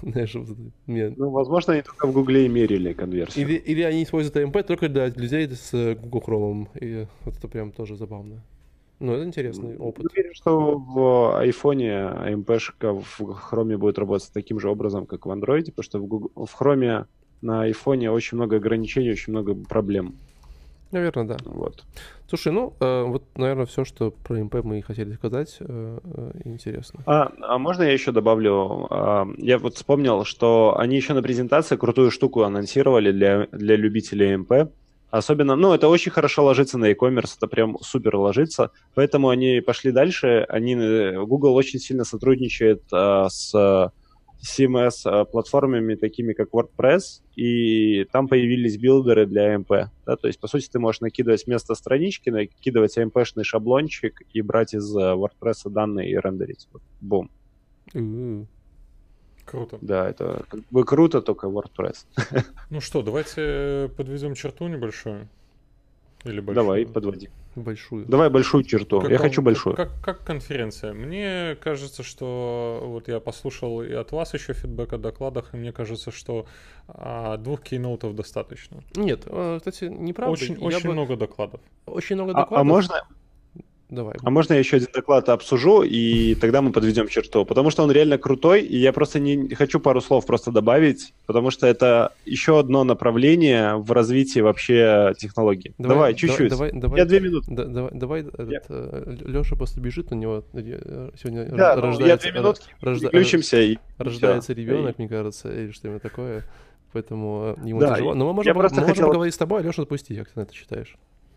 Ну, возможно, они только в Гугле и мерили конверсию. Или, или они используют эй эм пи только для людей с Google Chrome. И вот это прям тоже забавно. Ну, это интересный опыт. Я уверен, что в айфоне эй эм пи-шка в Chrome будет работать таким же образом, как в Android, потому что в, Google, в Chrome на айфоне очень много ограничений, очень много проблем. Наверное, да. Вот. Слушай, ну, э, вот, наверное, все, что про эй эм пи мы и хотели сказать, э, э, интересно. А, а можно я еще добавлю? А, я вот вспомнил, что они еще на презентации крутую штуку анонсировали для, для любителей эй эм пи. Особенно, ну, это очень хорошо ложится на e-commerce, это прям супер ложится, поэтому они пошли дальше. Они, Google очень сильно сотрудничает а, с си эм эс-платформами, такими как WordPress, и там появились билдеры для эй эм пи. Да? То есть, по сути, ты можешь накидывать вместо странички, накидывать эй эм пи-шный шаблончик и брать из WordPress данные и рендерить. Вот, бум. Mm-hmm. Круто. Да, это как бы круто, только WordPress. Ну что, давайте подведем черту небольшую. Или большую. Давай, подводи. Большую. Давай большую черту. Как я вам, хочу большую. Как, как, как конференция? Мне кажется, что вот я послушал и от вас еще фидбэк о докладах, и мне кажется, что а, двух кейноутов достаточно. Нет, кстати, неправда. Очень, очень бы... много докладов. Очень много а, докладов. А можно... Давай. А можно я еще один доклад обсужу, и тогда мы подведем черту? Потому что он реально крутой, и я просто не хочу пару слов просто добавить, потому что это еще одно направление в развитии вообще технологий. Давай, давай чуть-чуть. Давай, давай, я две минуты. Да, давай, давай я... этот, Леша просто бежит, у него сегодня да, рождается, ну, я две минутки, рожда... включимся. И... Рождается да. ребенок, и... мне кажется, или что-нибудь такое, поэтому ему да, тяжело. Но мы можем, пог... мы хотел... можем поговорить с тобой, а Леша отпусти, как ты на это считаешь?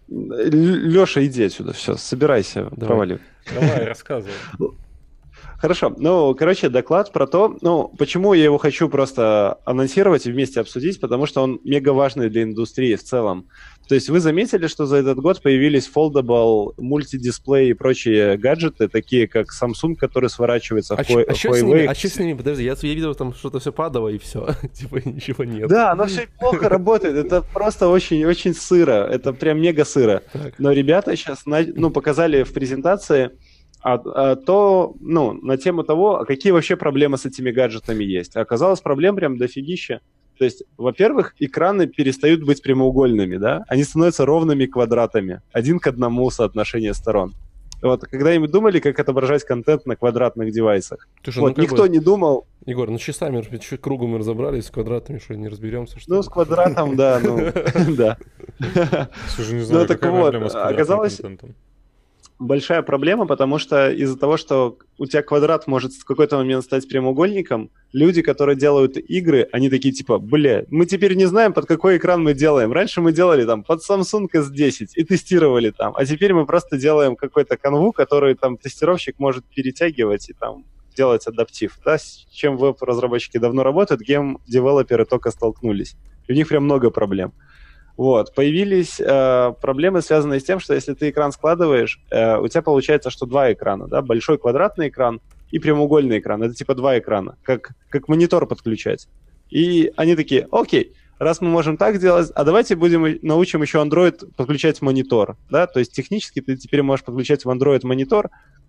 Леша, иди отсюда, все, собирайся, Давай. провали. Давай, рассказывай. Хорошо, ну, короче, доклад про то, ну, почему я его хочу просто анонсировать и вместе обсудить, потому что он мега важный для индустрии в целом. То есть вы заметили, что за этот год появились foldable, мультидисплей и прочие гаджеты, такие как Samsung, который сворачивается, а Huawei. А что с ними? А что с ними? Подожди, я, я видел, там что-то все падало и все, типа ничего нет. Да, оно все плохо работает, это просто очень-очень сыро, это прям мега сыро. Но ребята сейчас, ну, показали в презентации, А, а то, ну, на тему того, а какие вообще проблемы с этими гаджетами есть. А оказалось, проблем прям дофигища. То есть, во-первых, экраны перестают быть прямоугольными, да? Они становятся ровными квадратами, один к одному соотношение сторон. Вот, когда-нибудь думали, как отображать контент на квадратных девайсах? Слушай, вот, ну, никто бы... не думал. Егор, ну часами, кругом мы разобрались, с квадратами, что не разберемся? Что ну, ли? с квадратом, да, ну, да. Слушай, не знаю, какая проблема с квадратным контентом. Большая проблема, потому что из-за того, что у тебя квадрат может в какой-то момент стать прямоугольником, люди, которые делают игры, они такие типа, бля, мы теперь не знаем, под какой экран мы делаем. Раньше мы делали там под Samsung эс десять и тестировали там, а теперь мы просто делаем какой-то канву, который там тестировщик может перетягивать и там делать адаптив. Да, с чем веб-разработчики давно работают, гейм-девелоперы только столкнулись. И у них прям много проблем. Вот, появились э, проблемы, связанные с тем, что если ты экран складываешь, э, у тебя получается, что два экрана, да, большой квадратный экран и прямоугольный экран, это типа два экрана, как, как монитор подключать. И они такие, окей, раз мы можем так делать, а давайте будем научим еще Android подключать монитор, да, то есть технически ты теперь можешь подключать в Android монитор,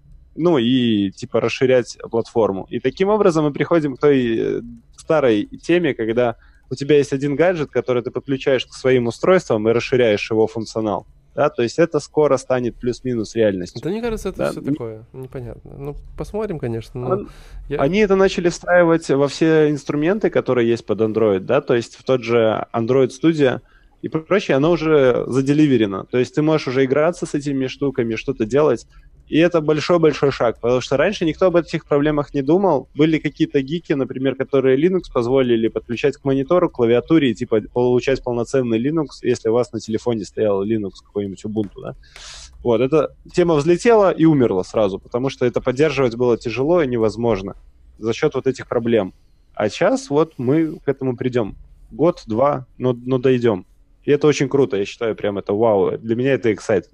ну и типа расширять платформу. И таким образом мы приходим к той старой теме, когда у тебя есть один гаджет, который ты подключаешь к своим устройствам и расширяешь его функционал. Да, то есть это скоро станет плюс-минус реальностью. Да, мне кажется, это да? все такое непонятно. Ну, посмотрим, конечно. Но Он, я... Они это начали встраивать во все инструменты, которые есть под Android, да, то есть в тот же Android Studio и прочее, оно уже заделиверено. То есть ты можешь уже играться с этими штуками, что-то делать. И это большой-большой шаг, потому что раньше никто об этих проблемах не думал. Были какие-то гики, например, которые Linux позволили подключать к монитору, к клавиатуре и типа получать полноценный Linux, если у вас на телефоне стоял Linux какой-нибудь Ubuntu, да. Вот, эта тема взлетела и умерла сразу, потому что это поддерживать было тяжело и невозможно за счет вот этих проблем. А сейчас вот мы к этому придем. Год-два, но, но дойдем. И это очень круто, я считаю, прям это вау. Для меня это exciting.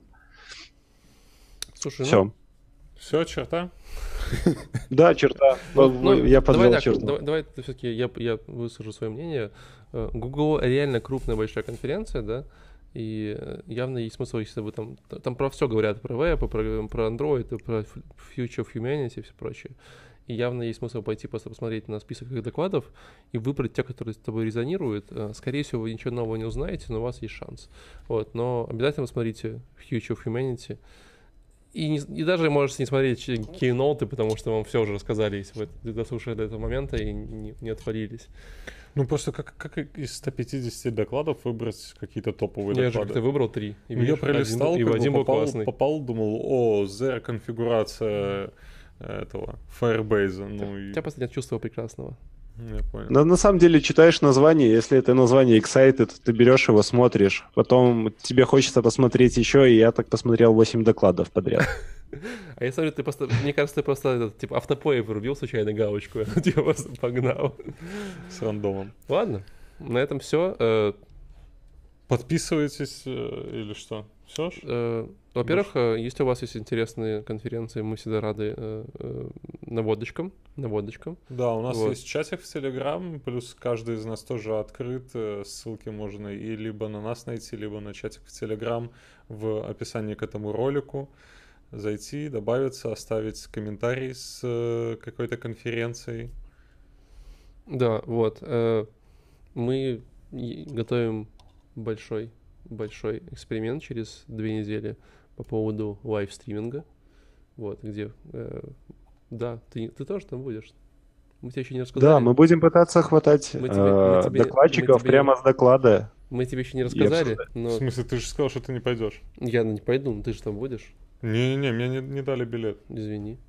Слушай, все. Ну... Все, черта? Да, черта. Ну, я подвел давай, черту. Давай, давай все-таки я, я высажу свое мнение. Google реально крупная большая конференция, да, И явно есть смысл, если вы там... Там про все говорят, про веб, про, про Android, про Future of Humanity и все прочее. И явно есть смысл пойти просто посмотреть на список их докладов и выбрать те, которые с тобой резонируют. Скорее всего, вы ничего нового не узнаете, но у вас есть шанс. Вот. Но обязательно смотрите Future of Humanity. И, не, и даже можете не смотреть кейноуты, потому что вам все уже рассказали, если вы дослушали до этого момента и не, не отвалились. Ну, просто как, как из ста пятидесяти докладов выбрать какие-то топовые я доклады? Я же как-то выбрал три. И я пролистал, один, как и один бы был попал, классный. попал, думал, о, зер-конфигурация этого Firebase. Ну, У и... тебя просто нет чувства прекрасного. Я понял. Но на самом деле читаешь название, если это название Excited, ты берешь его, смотришь, потом тебе хочется посмотреть еще, и я так посмотрел восемь докладов подряд. А я смотрю, ты просто, мне кажется, ты просто этот, типа автоплей врубил случайно галочку, я тебя просто погнал. С рандомом. Ладно, на этом все. Подписывайтесь или что? Все ж? Во-первых, если у вас есть интересные конференции, мы всегда рады наводочкам. наводочкам. Да, у нас вот. есть чатик в Telegram, плюс каждый из нас тоже открыт. Ссылки можно и либо на нас найти, либо на чатик в Telegram в описании к этому ролику. Зайти, добавиться, оставить комментарий с какой-то конференцией. Да, вот. Мы готовим большой, большой эксперимент через две недели по поводу лайвстриминга. Вот, где... Да, ты, ты тоже там будешь. Мы тебе еще не рассказали. Да, мы будем пытаться хватать мы тебе, мы тебе, докладчиков мы тебе, прямо с доклада. Мы тебе еще не рассказали, но... В смысле, ты же сказал, что ты не пойдешь? Я не пойду, но ты же там будешь. Не-не-не, мне не, не дали билет. Извини.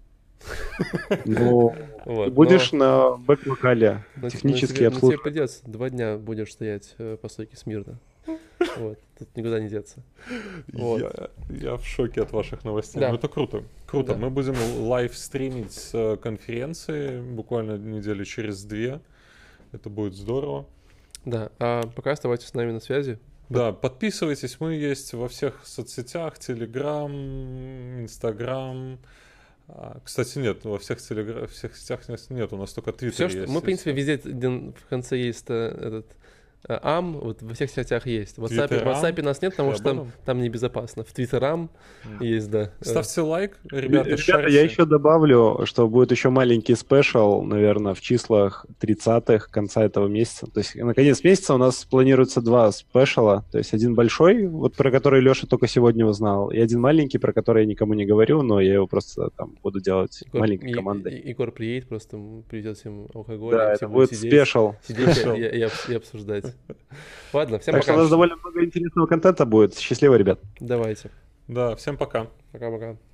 Ну, вот, будешь но... на бэк-вокале, технически обслуживать. Но тебе придется, два дня будешь стоять э, по стойке смирно. Вот, тут никуда не деться. Вот. Я, я в шоке от ваших новостей. Да. Ну, это круто. Круто. Да. Мы будем лайв стримить с конференции буквально недели через две. Это будет здорово. Да, а пока оставайтесь с нами на связи. Да, подписывайтесь, мы есть во всех соцсетях, Telegram, Instagram. Кстати, нет, во всех, телегра... всех сетях нет, у нас только Twitter Все, есть. что... Мы, в принципе, везде в конце есть этот ам, вот во всех сетях есть. В WhatsApp, в WhatsApp нас нет, потому что там, там небезопасно. В Твиттерам mm. есть, да. Ставьте лайк, ребята, Ребята, я еще добавлю, что будет еще маленький спешл, наверное, в числах тридцатых конца этого месяца. То есть на конец месяца у нас планируется два спешала. То есть один большой, вот про который Леша только сегодня узнал, и один маленький, про который я никому не говорю, но я его просто там буду делать Егор, маленькой и, командой. И, Егор приедет, просто привезет всем алкоголь. Да, это будет сидеть, спешл. Сидеть и, и, и обсуждать. Ладно, всем так пока. Так что у нас довольно много интересного контента будет. Счастливо, ребят. Давайте. Да, всем пока. Пока-пока.